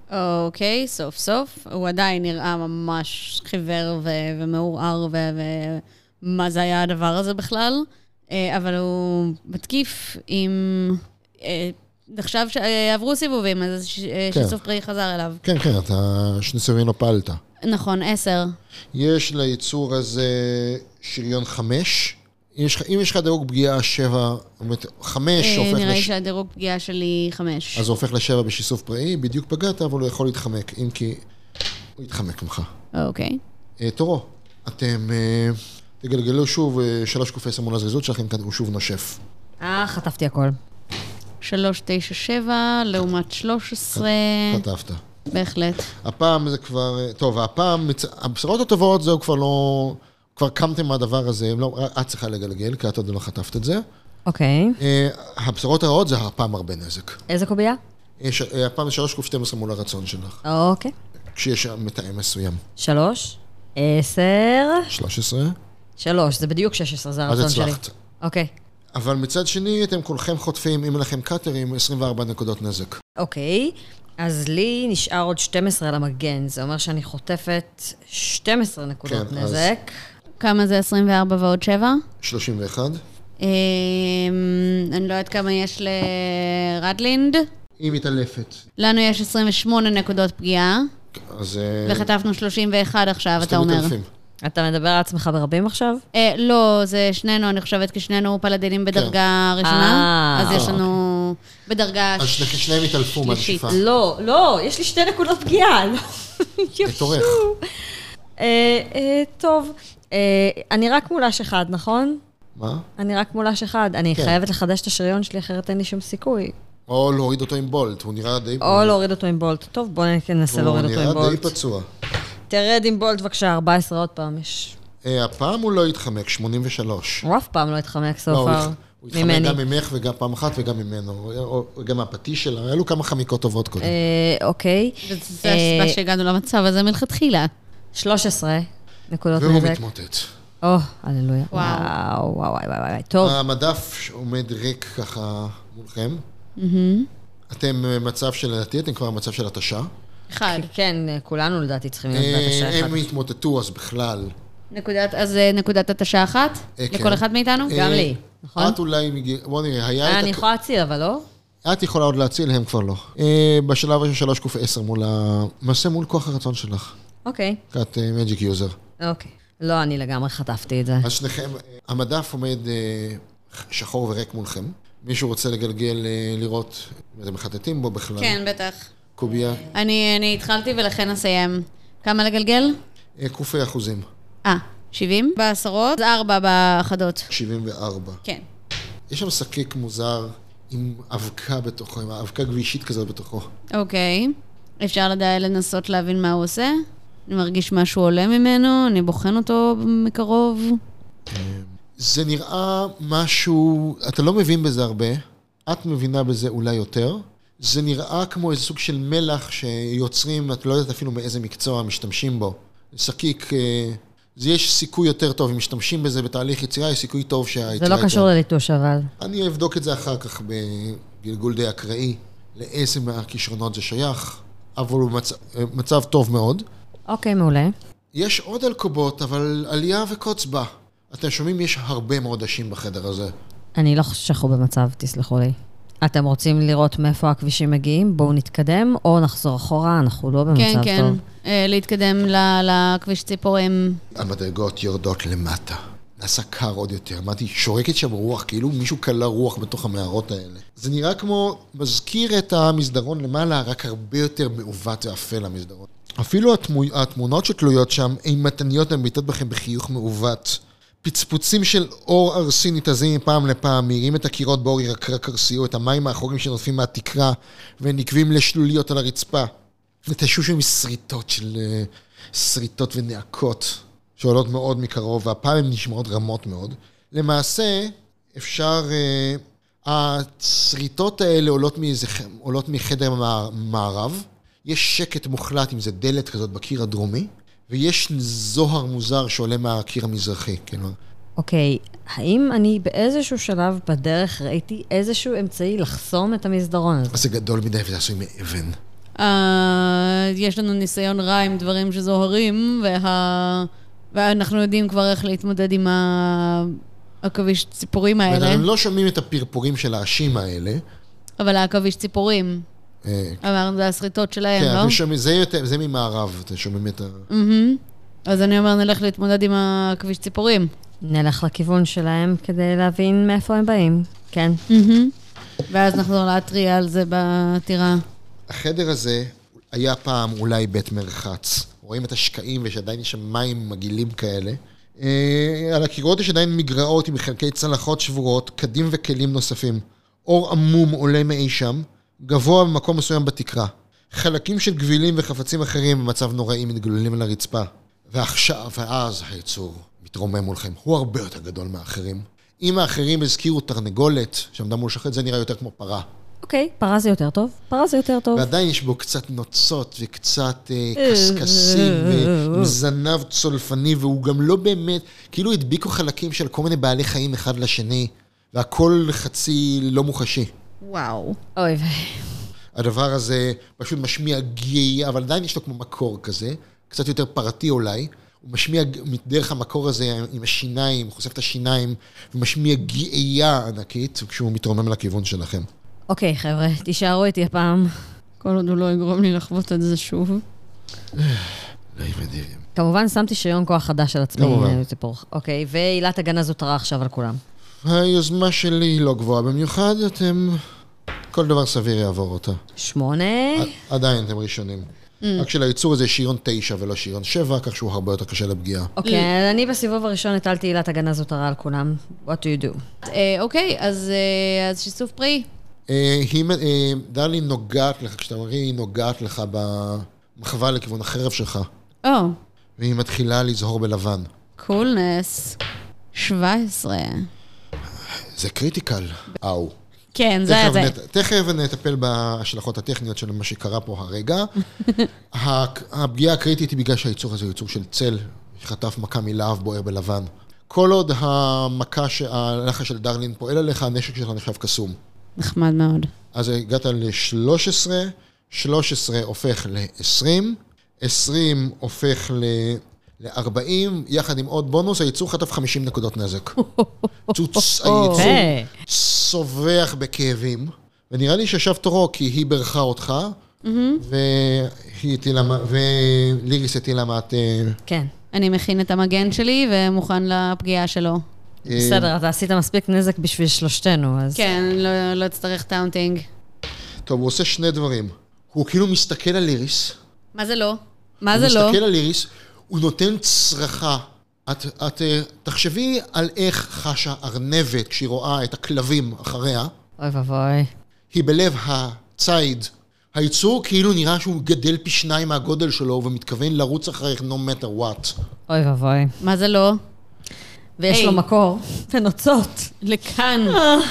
אוקיי, סוף סוף. הוא עדיין נראה ממש חיוור ומעורער, ומה זה היה הדבר הזה בכלל. אבל הוא מתקיף עם... עכשיו שעברו סיבובים, אז שיסוף פראי חזר אליו. כן, כן, אתה שני סיבובים לא פעלת. נכון, 10. יש ליצור הזה שריון 5. אם יש לך דירוג פגיעה 7, 5 הופך נראה לי שהדירוג פגיעה שלי 5. אז הוא הופך ל7 בשיסוף פראי, בדיוק פגעת, אבל הוא יכול להתחמק, אם כי הוא יתחמק ממך. אוקיי. תורו, אתם תגלגלו שוב 3 קופי סמון הזריזות שלכם, כאן הוא שוב נושף. חטפתי הכל. 3, 9, 7, לעומת 13. חטפת. בהחלט. הפעם זה כבר, טוב, הפעם, הבשורות הטובות זהו כבר לא, כבר קמתם מהדבר הזה, את צריכה לגלגל, כי את עוד לא חטפת את זה. אוקיי. הבשורות הרעות זה הפעם הרבה נזק. איזה קובייה? הפעם זה 3 קוף 12 מול הרצון שלך. אוקיי. כשיש מתאם מסוים. 3, 10. 13. 3, זה בדיוק 16, זה הרצון שלי. אז הצלחת. אוקיי. אבל מצד שני, אתם כולכם חוטפים, אם לכם קאטרים, 24 נקודות נזק. אוקיי, אז לי נשאר עוד 12 על המגן, זה אומר שאני חוטפת 12 נקודות כן, נזק. כמה זה 24 ועוד 7? 31. אני לא יודעת כמה יש לרדלינד. היא מתעלפת. לנו יש 28 נקודות פגיעה, אז... וחטפנו 31 עכשיו, אתה אומר. מתעלפים. אתה מדבר על עצמך ברבים עכשיו? לא, זה שנינו, אני חושבת, כי שנינו פלדינים בדרגה ראשונה, אז יש לנו בדרגה אז שניהם התעלפו מהנשיפה. לא, יש לי 2 נקודות פגיעה. תורך. טוב, אני רק מולש אחד, נכון? מה? אני רק מולש אחד. אני חייבת לחדש את השריון שלי, אחרת אין לי שום סיכוי. או להוריד אותו עם בולט, הוא נראה די... או להוריד אותו עם בולט. טוב, בואו ננסה להוריד אותו עם הוא נראה די בולט. פצוע. תרד עם בולט, בבקשה, 14 עוד פעם יש. הפעם הוא לא התחמק, 83. הוא אף פעם לא התחמק סופר הוא התחמק גם ממך וגם פעם אחת וגם ממנו. גם הפטיש שלה, היה לו כמה חמיקות טובות קודם. אוקיי. זה הסיבה שהגענו למצב הזה מלכתחילה. 13 נקודות נזק. והוא מתמוטט. הללויה. וואו. טוב. המדף עומד ריק ככה מולכם. אתם במצב של לדעתי, אתם כבר במצב של התשה. אחד. כן, כולנו לדעתי צריכים להיות בהתשה אחד. הם התמוטטו אז בכלל. אז נקודת התשה אחת? לכל אחד מאיתנו? גם לי, נכון? את אולי, בוא נראה, היה את... אני יכולה להציל, אבל לא? את יכולה עוד להציל, הם כבר לא. בשלב הזה 3 קוף 10 מעשה מול כוח הרצון שלך. אוקיי. את מג'יק יוזר. אוקיי. לא, אני לגמרי חטפתי את זה. אז שניכם, המדף עומד שחור וריק מולכם. מישהו רוצה לגלגל לראות, אתם מחטטים בו בכלל? כן, בטח. קוביה. אני התחלתי ולכן אסיים. כמה לגלגל? קופי אחוזים. 70 בעשרות, 4 באחדות. 74. כן. יש שם שקיק מוזר עם אבקה בתוכו, עם אבקה גבישית כזאת בתוכו. אוקיי. אפשר לנסות להבין מה הוא עושה? אני מרגיש משהו עולה ממנו, אני בוחן אותו מקרוב. זה נראה משהו, אתה לא מבין בזה הרבה, את מבינה בזה אולי יותר. זה נראה כמו איזה סוג של מלח שיוצרים, את לא יודעת אפילו מאיזה מקצוע משתמשים בו. שקיק, זה יש סיכוי יותר טוב, אם משתמשים בזה בתהליך יצירה, יש סיכוי טוב שהיצירה... זה לא קשור לליטוש, אבל... אני אבדוק את זה אחר כך בגלגול די אקראי, לאיזה מהכישרונות זה שייך, אבל הוא מצב טוב מאוד. אוקיי, מעולה. יש עוד אלקובות, אבל עלייה וקוץ בה. אתם שומעים, יש הרבה מאוד אשים בחדר הזה. אני לא חושבת שאנחנו במצב, תסלחו לי. אתם רוצים לראות מאיפה הכבישים מגיעים? בואו נתקדם, או נחזור אחורה, אנחנו לא במצב טוב. כן, להתקדם לכביש ציפורים. המדרגות יורדות למטה. נעשה קר עוד יותר. אמרתי, שורקת שם רוח, כאילו מישהו קלה רוח בתוך המערות האלה. זה נראה כמו, מזכיר את המסדרון למעלה, רק הרבה יותר מעוות ואפל המסדרון. אפילו התמונות שתלויות שם, אימתניות מביטות בכם בחיוך מעוות. פצפוצים של אור ארסי ניתזים מפעם לפעם, מאירים את הקירות באור ירקרק ארסיו, את המים האחורים שנוטפים מהתקרה, ונקבים לשלוליות על הרצפה. ותשוש עם שריטות ונעקות, שעולות מאוד מקרוב, והפעם הן נשמעות רמות מאוד. למעשה, אפשר, השריטות האלה עולות מחדר מערב, יש שקט מוחלט, אם זה דלת כזאת בקיר הדרומי, ויש זוהר מוזר שעולה מהקיר המזרחי, כאילו. אוקיי, האם אני באיזשהו שלב בדרך ראיתי איזשהו אמצעי לחסום את המסדרון הזה? זה גדול מדי וזה עשוי מאבן. יש לנו ניסיון רע עם דברים שזוהרים, ואנחנו יודעים כבר איך להתמודד עם העכביש ציפורים האלה. הם לא שומעים את הפרפורים של האשים האלה. אבל העכביש ציפורים. אמרנו, זה הסריטות שלהם, לא? כן, זה ממערב, אתם שומעים את ה... אז אני אומר, נלך להתמודד עם העכביש ציפורים. נלך לכיוון שלהם כדי להבין מאיפה הם באים, כן. ואז נחזור להתריע על זה בטירה. החדר הזה היה פעם אולי בית מרחץ. רואים את השקעים ושעדיין יש שם מים מגעילים כאלה. על הקירות יש עדיין מגרעות עם חלקי צלחות שבורות, קדים וכלים נוספים. אור עמום עולה מאי שם, גבוה במקום מסוים בתקרה. חלקים של גבילים וחפצים אחרים במצב נוראי מתגוללים על הרצפה. ואז היצור מתרומם מולכם. הוא הרבה יותר גדול מהאחרים. אם האחרים הזכירו תרנגולת, שעמדה מול שחט, זה נראה יותר כמו פרה. אוקיי, פרה זה יותר טוב. פרה זה יותר טוב. ועדיין יש בו קצת נוצות וקצת קסקסים וזנב צולפני, והוא גם לא באמת, כאילו הדביקו חלקים של כל מיני בעלי חיים אחד לשני, והכל חצי לא מוחשי. וואו. אוי. הדבר הזה פשוט משמיע גייה, אבל עדיין יש לו כמו מקור כזה, קצת יותר פרטי אולי, הוא משמיע דרך המקור הזה עם השיניים, חושף את השיניים, ומשמיע גייה ענקית כשהוא מתרומם לכיוון שלכם. אוקיי, חבר'ה, תישארו איתי הפעם. כל עוד הוא לא יגרום לי לחוות את זה שוב. לא ימדירים. כמובן, שמתי שריון כוח חדש של עצמי. כמובן. אוקיי, ועילת הגנה זוטרה עכשיו על כולם. היוזמה שלי היא לא גבוהה במיוחד, כל דבר סביר יעבור אותה. 8. עדיין אתם ראשונים. רק שלייצור הזה יש שיריון 9 ולא שיריון 7, כך שהוא הרבה יותר קשה לפגיעה. אוקיי, אני בסיבוב הראשון הטלתי עילת הגנה זוטרה על כולם. What do you do? אוקיי, אז שיסוף פרי. דלי נוגעת לך, כשאתה אומר, היא נוגעת לך במחווה לכיוון החרב שלך. והיא מתחילה לזהור בלבן. קולנס. 17. זה קריטיקל. אאו. כן, זה היה זה. תכף נטפל בהשלכות הטכניות של מה שקרה פה הרגע. הפגיעה הקריטית היא בגלל שהייצור הזה הוא ייצור של צל, שחטף מכה מלהב בוער בלבן. כל עוד הלחש של דרלין פועל עליך, הנשק שלך נחשב קסום. נחמד מאוד. אז הגעת ל-13, 13 הופך ל-20, 20 הופך ל-40, יחד עם עוד בונוס, הייצור חטף 50 נקודות נזק. הייצור צובח בכאבים, ונראה לי ששב תורו, כי היא ברכה אותך, וליריס הטילה מעט... כן. אני מכין את המגן שלי ומוכן לפגיעה שלו. בסדר, אתה עשית מספיק נזק בשביל שלושתנו, אז... כן, לא אצטרך טאונטינג. טוב, הוא עושה שני דברים. הוא כאילו מסתכל על ליריס. מה זה לא? מה זה לא? הוא מסתכל על ליריס, הוא נותן צרחה. את תחשבי על איך חשה ארנבת כשהיא רואה את הכלבים אחריה. אוי ובוי. היא בלב הציד. הייצור כאילו נראה שהוא גדל פי 2 מהגודל שלו, ומתכוון לרוץ אחריך no matter what. אוי ובוי. מה זה לא? ויש לו מקור, ונוצות. לכאן.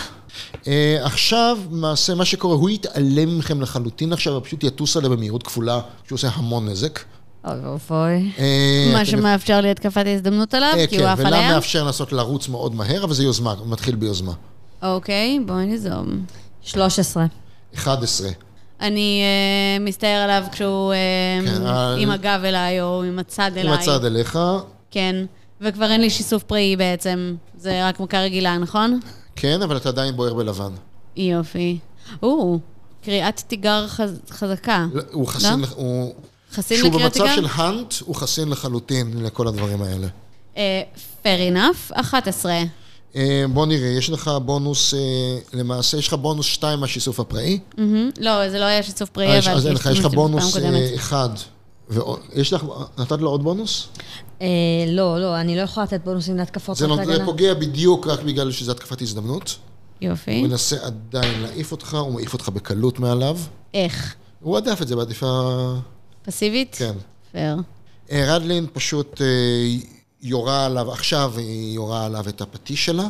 עכשיו, מה שקורה, הוא יתעלם מכם לחלוטין עכשיו, ופשוט יטוס עליה במהירות כפולה, שהוא עושה המון נזק. אוי ואבוי. מה שמאפשר לי התקפת ההזדמנות עליו, כי הוא אף עליה. ולמה מאפשר לנסות לרוץ מאוד מהר, אבל זה יוזמה, מתחיל ביוזמה. אוקיי, בואי נזום. 13. 11. אני מסתער עליו כשהוא עם הגב אליי, או עם הצד אליי. עם הצד אליך. כן, וכבר אין לי שיסוף פראי בעצם. זה רק מכה רגילה, נכון? כן, אבל אתה עדיין בוער בלבן. יופי. קריאת תיגר חזקה. הוא חסין, חסין לקריאת תיגר? כשהוא במצב של האנט, הוא חסין לחלוטין לכל הדברים האלה. fair enough, 11. בוא נראה, יש לך בונוס, למעשה, יש לך בונוס 2 מהשיסוף הפראי. לא, זה לא היה שיסוף פראי, אבל... אז יש לך בונוס 1. יש לך, נתת לו עוד בונוס? לא, אני לא יכולה לתת בונוסים להתקפות. זה פוגע בדיוק רק בגלל שזה התקפת הזדמנות. יופי. הוא מנסה עדיין להעיף אותך, הוא מעיף אותך בקלות מעליו. איך? הוא עדף את זה בעדיפה... פסיבית? כן. פייר. רדלין פשוט יורה עליו, עכשיו היא יורה עליו את הפטיש שלה.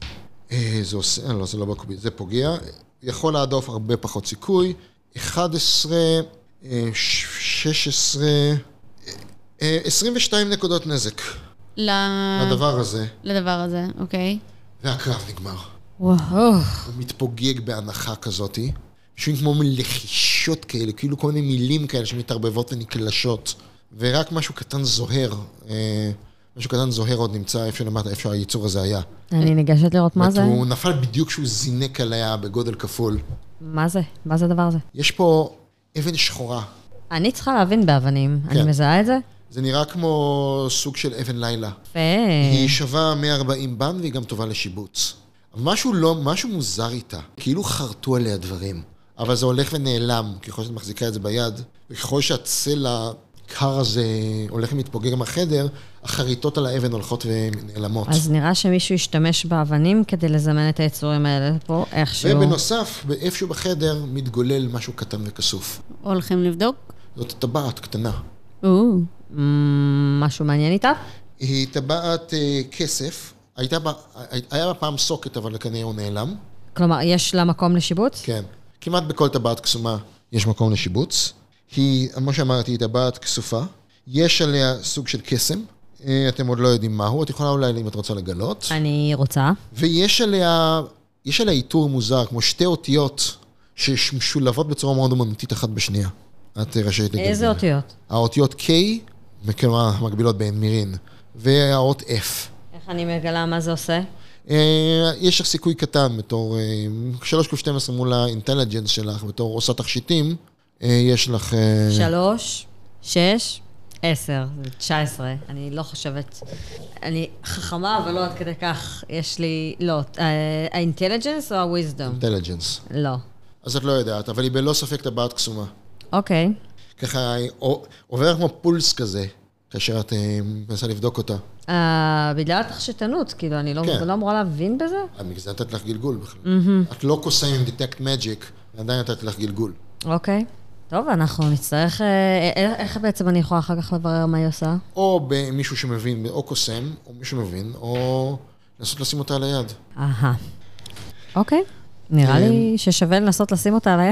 זה עושה, לא, זה לא בקובי, זה פוגע. יכול להדוף הרבה פחות סיכוי. 11, 16, 22 נקודות נזק. לדבר הזה. לדבר הזה, אוקיי. והקרב נגמר. וואו. הוא מתפוגג בהנחה כזאת. משום כמו מלחישות. קלישות כאלה, כאילו כל מיני מילים כאלה שמתערבבות ונקלשות, ורק משהו קטן זוהר, עוד נמצא איפה למטה, איפה הייצור הזה היה. אני ניגשת לראות מה זה. הוא נפל בדיוק כשהוא זינק עליה בגודל כפול. מה זה? מה זה הדבר הזה? יש פה אבן שחורה. אני צריכה להבין באבנים. אני מזהה את זה? זה נראה כמו סוג של אבן לילה. היא שווה 140 בן והיא גם טובה לשיבוץ. משהו מוזר איתה. כאילו חרטו עליה דברים. אבל זה הולך ונעלם, ככל שאת מחזיקה את זה ביד, וככל שהצלע הקר הזה הולך ומתפוגג מהחדר, החריטות על האבן הולכות ונעלמות. אז נראה שמישהו ישתמש באבנים כדי לזמן את היצורים האלה פה, איכשהו. ובנוסף, איפשהו בחדר מתגולל משהו קטן וכסוף. הולכים לבדוק? זאת טבעת קטנה. משהו מעניין איתה? היא טבעת כסף. היה בה פעם סוקט, אבל כנראה הוא נעלם. כלומר, יש לה מקום לשיבוץ? כן. כמעט בכל טבעת קסומה יש מקום לשיבוץ. היא, כמו שאמרתי, היא טבעת כסופה. יש עליה סוג של קסם. אתם עוד לא יודעים מהו. את יכולה אולי אם את רוצה לגלות. אני רוצה. ויש עליה עיטור מוזר, כמו שתי אותיות שמשולבות בצורה מאוד אומנותית אחת בשנייה. את רשאית לגלות. איזה אותיות? האותיות K, וכמה מקבילות בין מירין, והאות F. איך אני מגלה מה זה עושה? יש לך סיכוי קטן בתור 3+12 מול האינטליג'נס שלך, בתור עושה תכשיטים, יש לך... 3, 6, 10, 19. אני לא חושבת... אני חכמה, אבל לא עד כדי כך. יש לי... לא. האינטליג'נס או הוויזדום? אינטליג'נס. לא. אז את לא יודעת, אבל היא בלא ספק טבעת קסומה. אוקיי. ככה, עובר כמו פולס כזה, כאשר את מנסה לבדוק אותה. בגלל התחשטנות, כאילו, אני לא אמורה להבין בזה? זה נתת לך גלגול בכלל. את לא קוסם עם דיטקט מג'יק, עדיין נתת לך גלגול. אוקיי. טוב, אנחנו נצטרך... איך בעצם אני יכולה אחר כך לברר מה היא עושה? או במישהו שמבין, או קוסם, או מישהו מבין, או לנסות לשים אותה על היד. אוקיי. נראה לי ששווה לנסות לשים אותה על היד.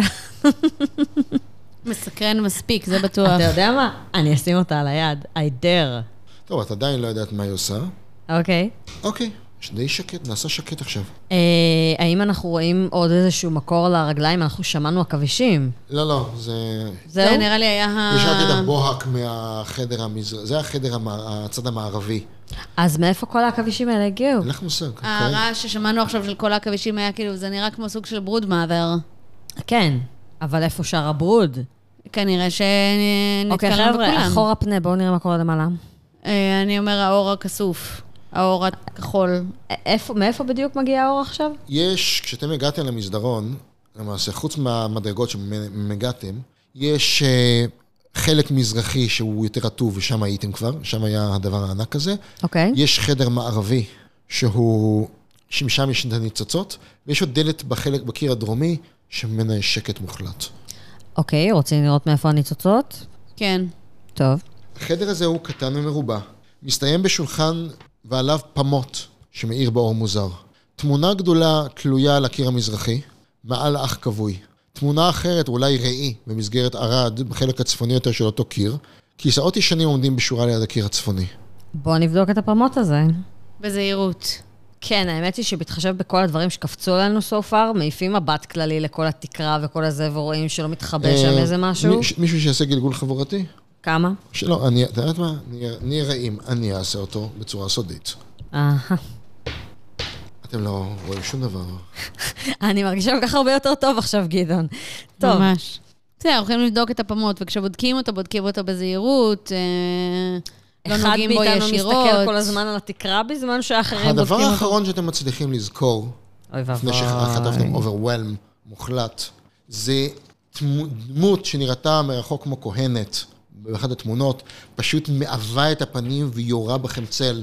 מסקרן מספיק, זה בטוח. אתה יודע מה? אני אשים אותה על היד. I dare. טוב, את עדיין לא יודעת מה היא עושה. אוקיי. אוקיי, די שקט, נעשה שקט עכשיו. האם אנחנו רואים עוד איזשהו מקור לרגליים? אנחנו שמענו עכבישים. לא, זה נראה לי היה... השארתי את הבוהק מהחדר המזרחי, זה החדר הצד המערבי. אז מאיפה כל העכבישים האלה הגיעו? אין לך מושג. הרעש ששמענו עכשיו של כל העכבישים היה כאילו, זה נראה כמו סוג של ברוד מעבר. כן, אבל איפה שר הברוד? כנראה שנתקרם בכולם. אוקיי, חבר'ה, אחורה פנה, בואו נראה מה קורה למעלה. אני אומר, האור הכסוף, האור הכחול. מאיפה בדיוק מגיע האור עכשיו? כשאתם הגעתם למסדרון, למעשה, חוץ מהמדרגות שמגעתם, יש חלק מזרחי שהוא יותר רטוב, ושם הייתם כבר, שם היה הדבר הענק הזה. אוקיי. יש חדר מערבי, שמשם יש את הניצוצות, ויש עוד דלת בקיר הדרומי, שממנה יש שקט מוחלט. אוקיי, רוצים לראות מאיפה הניצוצות? כן. טוב. החדר הזה הוא קטן ומרובע. מסתיים בשולחן ועליו פמות שמאיר באור מוזר. תמונה גדולה תלויה על הקיר המזרחי, מעל אח כבוי. תמונה אחרת, אולי ראי, במסגרת ערד, בחלק הצפוני יותר של אותו קיר, כיסאות ישנים עומדים בשורה ליד הקיר הצפוני. בואו נבדוק את הפמות הזה. בזהירות. כן, האמת היא שבהתחשב בכל הדברים שקפצו עלינו so far, מעיפים מבט כללי לכל התקרה וכל הזה, ורואים שלא מתחבא שם איזה משהו. מישהו שיעשה גלגול חברתי? כמה? שלא, אתה יודעת מה? נהיה רעים, אני אעשה אותו בצורה סודית. אתם לא רואים שום דבר. אני מרגישה כל כך הרבה יותר טוב עכשיו, גדעון. טוב. ממש. בסדר, הולכים לבדוק את הפמות, וכשבודקים אותו בודקים אותו לא נוגעים בו ישירות. אחד מאיתנו מסתכל כל הזמן על התקרה בזמן שאחרים בודקים אותו. הדבר האחרון שאתם מצליחים לזכור, לפני שחטפתם overwhelm מוחלט, זה דמות שנראתה מרחוק כמו כהנת, באחת התמונות, פשוט מעווה את הפנים ויורה בכם צל.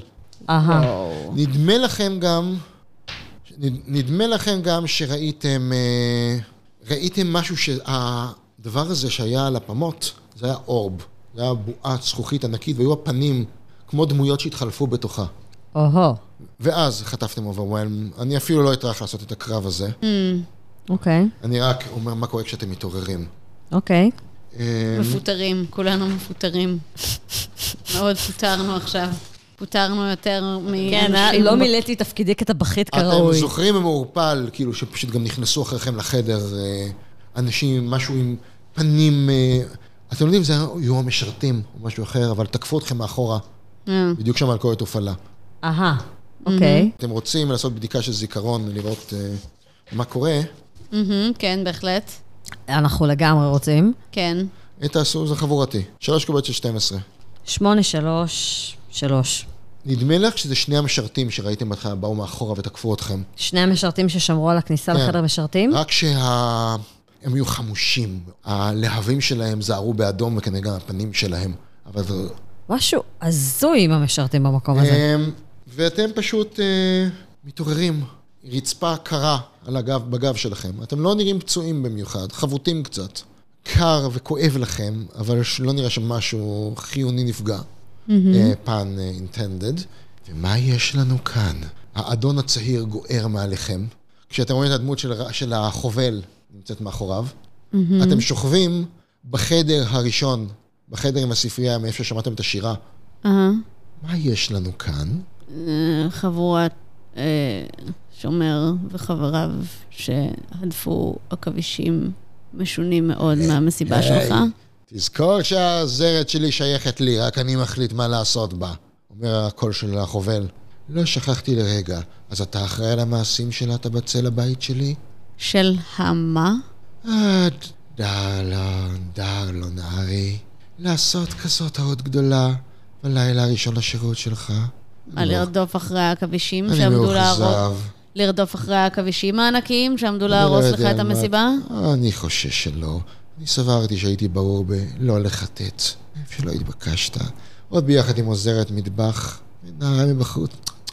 נדמה לכם גם שראיתם משהו שהדבר הזה שהיה על הפמות, זה היה אורב. זה היה בועת זכוכית ענקית, והיו הפנים כמו דמויות שהתחלפו בתוכה. ואז חטפתם overwhelm. אני אפילו לא אטרח לעשות את הקרב הזה. אוקיי. אני רק אומר מה קורה כשאתם מתעוררים. אוקיי. מפוטרים, כולנו מפוטרים. מאוד פוטרנו עכשיו. פוטרנו יותר כן, לא מילאתי תפקידי כטבחית כראוי. אתם זוכרים במעורפל, כאילו שפשוט גם נכנסו אחריכם לחדר, אנשים, משהו עם פנים, אתם יודעים, זה היו המשרתים או משהו אחר, אבל תקפו אתכם מאחורה, בדיוק שם על כל התופלה. אוקיי. אתם רוצים לעשות בדיקה של זיכרון, לראות מה קורה? כן, בהחלט. אנחנו לגמרי רוצים. כן. תעשו, זה חבורתי. 3 קובות של 12. 8, 3, 3. נדמה לך שזה שני המשרתים שראיתם בהתחלה, באו מאחורה ותקפו אתכם. שני המשרתים ששמרו על הכניסה לחדר משרתים? רק הם היו חמושים. הלהבים שלהם זערו באדום וכנראה גם הפנים שלהם. אבל זה... משהו הזוי עם המשרתים במקום הזה. ואתם פשוט מתעוררים. רצפה קרה בגב שלכם. אתם לא נראים פצועים במיוחד, חבוטים קצת. קר וכואב לכם, אבל לא נראה שמשהו חיוני נפגע. פן intended. ומה יש לנו כאן? האדון הצעיר גוער מעליכם. כשאתם רואים את הדמות של החובל נמצאת מאחוריו, אתם שוכבים בחדר הראשון, בחדר עם הספרייה, מאיפה ששמעתם את השירה. מה יש לנו כאן? חבורת שומר וחבריו שהדפו עכבישים משונים מאוד מהמסיבה שלך. תזכור שהזרת שלי שייכת לי, רק אני מחליט מה לעשות בה. אומר הקול של החובל. לא שכחתי לרגע, אז אתה אחראי על המעשים שלה, אתה בצל הבית שלי? של המה? דרלון, נערי. לעשות כזאת טעות גדולה בלילה הראשון לשירות שלך. לרדוף אחרי העכבישים אני שעמדו מאוכזב. לרדוף אחרי העכבישים הענקיים שעמדו להרוס לך את המסיבה? אני חושש שלא. אני סברתי שהייתי ברור בלא לחטט. שלא התבקשת. עוד ביחד עם עוזרת מטבח, נערה מבחוץ.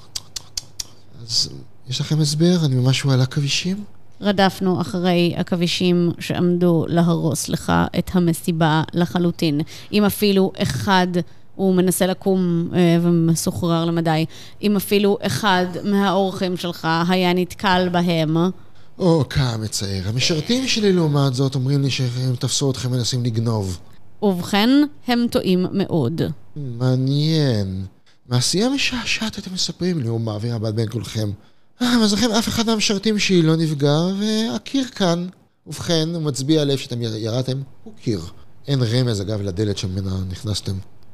אז יש לכם הסבר? אני משהו על עכבישים? רדפנו אחרי עכבישים שעמדו להרוס לך את המסיבה לחלוטין. אם אפילו אחד הוא מנסה לקום ומסוחרר למדי, אם אפילו אחד מהאורחים שלך היה נתקל בהם. כמה מצער. המשרתים שלי לעומת זאת אומרים לי שהם תפסו אתכם מנסים לגנוב. ובכן, הם טועים מאוד. מעניין. מעשייה משעשעת אתם מספרים לי, הוא מעביר הבא בין כולכם. אז לכם אף אחד מהמשרתים שלי לא נפגע, והקיר כאן. ובכן, הוא מצביע עליו שאתם ירדתם, הוא קיר. אין רמז אגב לדלת שממנה נכנסתם.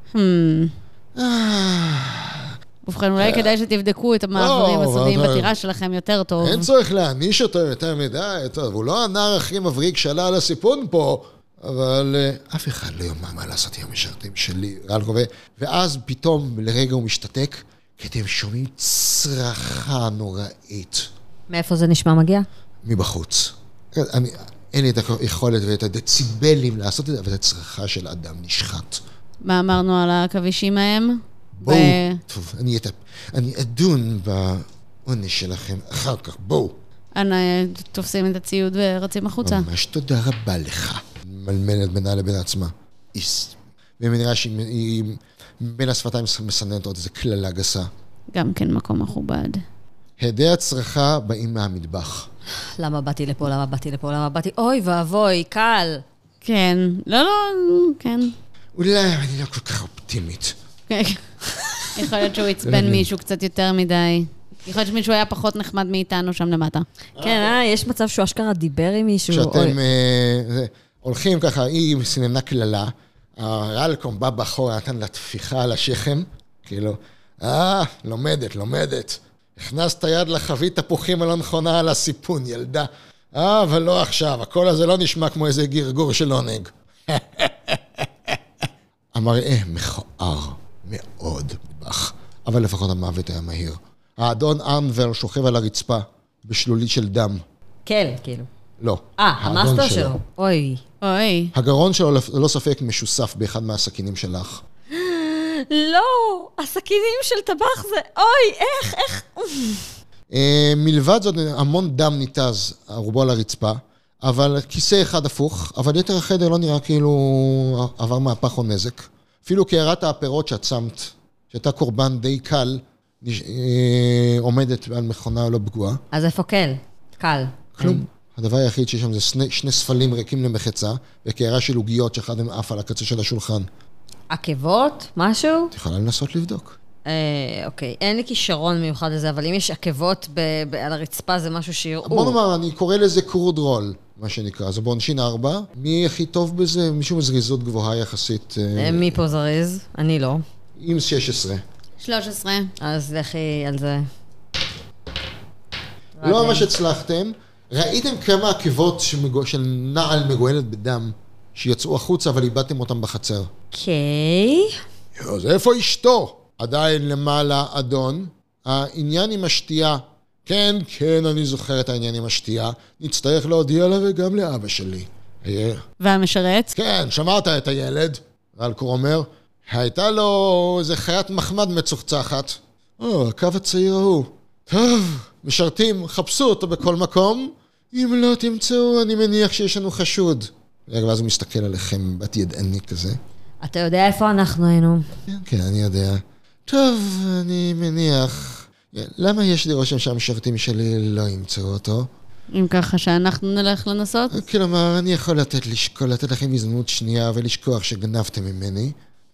ובכן, אולי כדאי שתבדקו את המעברים הסודיים בטירה שלכם יותר טוב. אין צורך להעניש אותו יותר מדי, טוב, הוא לא הנער הכי מבריק שעלה על הסיפון פה, אבל אף אחד לא יאמר מה לעשות עם המשרתים שלי, ואז פתאום לרגע הוא משתתק, כי אתם שומעים צרחה נוראית. מאיפה זה נשמע מגיע? מבחוץ. אין לי את היכולת ואת הדציבלים לעשות את זה, אבל את הצרחה של אדם נשחט. מה אמרנו על העכבישים ההם? בואו, טוב, אני אדון בעונש שלכם אחר כך, בואו. אנא תופסים את הציוד ורצים החוצה. ממש תודה רבה לך. מלמלת בינה לבין עצמה. ומנראה שהיא בין השפתיים מסננת עוד איזה כללה גסה. גם כן מקום מכובד. הדי הצרחה באים מהמטבח. למה באתי לפה? אוי ואבוי, קל. כן. לא, כן. אולי אני לא כל כך אופטימית. יכול להיות שהוא יצבן מישהו קצת יותר מדי. יכול להיות שמישהו היה פחות נחמד מאיתנו שם למטה. כן, יש מצב שהוא אשכרה דיבר עם מישהו. כשאתם הולכים ככה, היא סיננה כללה, הרלקום בא בחורה, נתן לה תפיחה על השכם, כאילו, לומדת. הכנסת יד לחבית תפוחים הלא נכונה על הסיפון, ילדה. אבל לא עכשיו, הקול הזה לא נשמע כמו איזה גרגור של עונג. המראה מכוער מאוד בך, אבל לפחות המוות היה מהיר. האדון אנבר שוכב על הרצפה, בשלולית של דם. כן, כאילו. לא. המאסטר שלו. אוי. הגרון שלו לא ספק משוסף באחד מהסכינים שלך. לא, הסכינים של טבח זה, אוי, איך. מלבד זאת, המון דם ניתז, רובו על הרצפה, אבל כיסא אחד הפוך, אבל יתר החדר לא נראה כאילו עבר מהפך או נזק. אפילו קערת הפירות שאת שמת, שהייתה קורבן די קל, עומדת על מכונה לא פגועה. אז איפה קל? כלום. הדבר היחיד שיש שם זה שני ספלים ריקים למחצה, וקערה של עוגיות שאחד הם עף על הקצה של השולחן. עקבות? משהו? את יכולה לנסות לבדוק. אוקיי, אין לי כישרון מיוחד לזה, אבל אם יש עקבות על הרצפה זה משהו שיראו. בוא נאמר, אני קורא לזה קורד רול. מה שנקרא. אז בעונשין 4. מי הכי טוב בזה? מישהו מזריזות גבוהה יחסית. מי פה זריז? אני לא. עם 16. 13. אז לכי על זה. לא ממש הצלחתם. ראיתם כמה עקבות של נעל מגואלת בדם שיצאו החוצה, אבל איבדתם אותם בחצר. אוקיי. אז איפה אשתו? עדיין למעלה, אדון. העניין עם השתייה. כן, אני זוכר את העניין עם השתייה. נצטרך להודיע לה וגם לאבא שלי. והמשרת? כן, שמעת את הילד. רלקור אומר, הייתה לו איזה חיית מחמד מצוחצחת. הקו הצעיר ההוא. טוב, משרתים, חפשו אותו בכל מקום. אם לא תמצאו, אני מניח שיש לנו חשוד. ואז הוא מסתכל עליכם, בת ידעני כזה. אתה יודע איפה אנחנו היינו? כן, אני יודע. טוב, אני מניח... למה יש לי רושם שהמשרתים שלי לא ימצאו אותו? אם ככה שאנחנו נלך לנסות? כלומר, אני יכול לתת לכם הזדמנות שנייה ולשכוח שגנבתם ממני.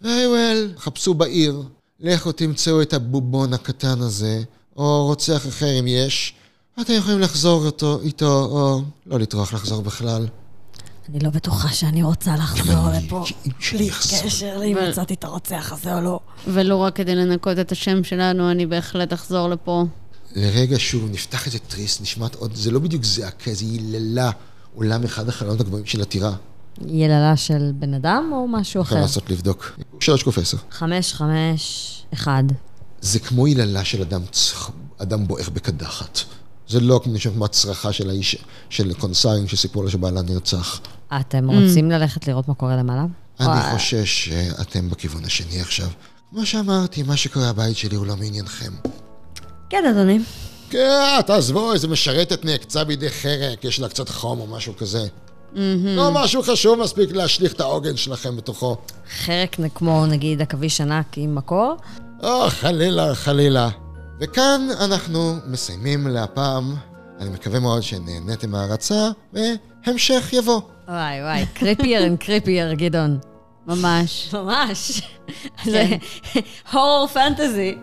חפשו בעיר, לכו תמצאו את הבובון הקטן הזה, או רוצח אחר אם יש. אתם יכולים לחזור איתו, או לא לטרוח לחזור בכלל. אני לא בטוחה שאני רוצה לחזור לפה. בלי קשר לי, מצאתי את הרוצח הזה או לא. ולא רק כדי לנקות את השם שלנו, אני בהחלט אחזור לפה. לרגע שוב, נפתח איזה תריס, נשמעת עוד, זה לא בדיוק זעקה, זה יללה, עולם אחד החלונות הגבוהים של הטירה. יללה של בן אדם או משהו אחר? אפשר לעשות לבדוק. 3 ק10. 5, 5, 1. זה כמו יללה של אדם בוער בקדחת. זה לא כמו הצרחה של האיש, של קונסרים שסיפרו לה שבעלה נרצח. אתם רוצים ללכת לראות מה קורה למעלה? אני חושש שאתם בכיוון השני עכשיו. כמו שאמרתי, מה שקורה הבית שלי הוא לא מעניינכם. כן, אדוני. כן, תעזבו, איזה משרתת נעקצה בידי חרק, יש לה קצת חום או משהו כזה. לא משהו חשוב מספיק להשליך את העוגן שלכם בתוכו. חרק כמו נגיד עכביש ענק עם מקור? חלילה, חלילה. וכאן אנחנו מסיימים להפעם. אני מקווה מאוד שנהניתם מההרצאה, והמשך יבוא. וואי, קריפייר עם קריפייר, גדעון. ממש. ממש. זה הורור פנטזי.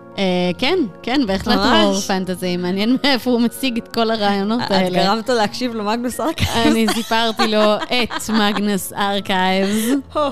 כן, בהחלט הורור פנטזי. מעניין מאיפה הוא משיג את כל הרעיונות האלה. את גרמת לו להקשיב למאגנוס ארכייבס? אני סיפרתי לו את מאגנוס ארכייבס.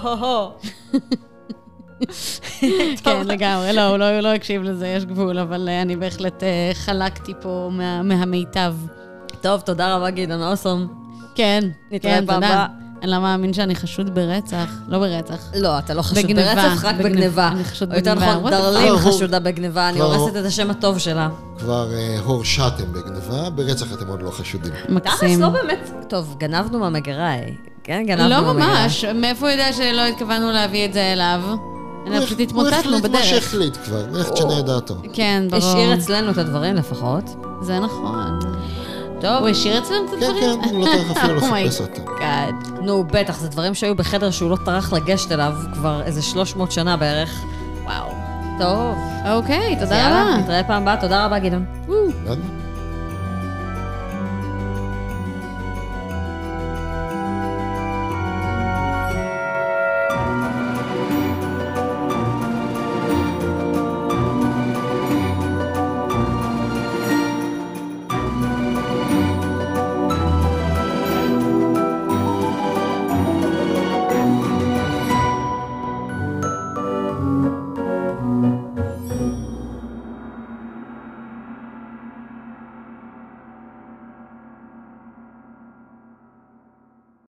כן, לגמרי. לא, הוא לא הקשיב לזה, יש גבול, אבל אני בהחלט חלקתי פה מהמיטב. טוב, תודה רבה, גדעון, אוסום. כן, נתראה בבא. אני לא מאמין שאני חשוד ברצח, לא ברצח. לא, אתה לא חשוד ברצח, רק בגניבה. אני חשוד יותר בגניבה. נכון, דרלין חשודה בגניבה, אני הורסת את השם הטוב שלה. כבר הורשעתם בגניבה, ברצח אתם עוד לא חשודים. מקסים. לא באמת. טוב, גנבנו מהמגירה, כן, גנבנו לא מהמגירה. ממש, מאיפה הוא יודע שלא התכוונו להביא את זה אליו? אנחנו פשוט התמוטטנו בדרך. הוא החליט מה שהחליט כבר, איך תשנה את דעתו. כן, ברור. השאיר אצלנו את הדברים לפחות. זה נכון. טוב. הוא השאיר אצלנו את הדברים? כן, הוא לא טרח אפילו לחפש אותם. נו, בטח, זה דברים שהיו בחדר שהוא לא טרח לגשת אליו כבר איזה 300 שנה בערך. וואו. טוב. אוקיי, תודה יאללה, רבה. נתראה פעם הבאה, תודה רבה, גדעון. בסדר?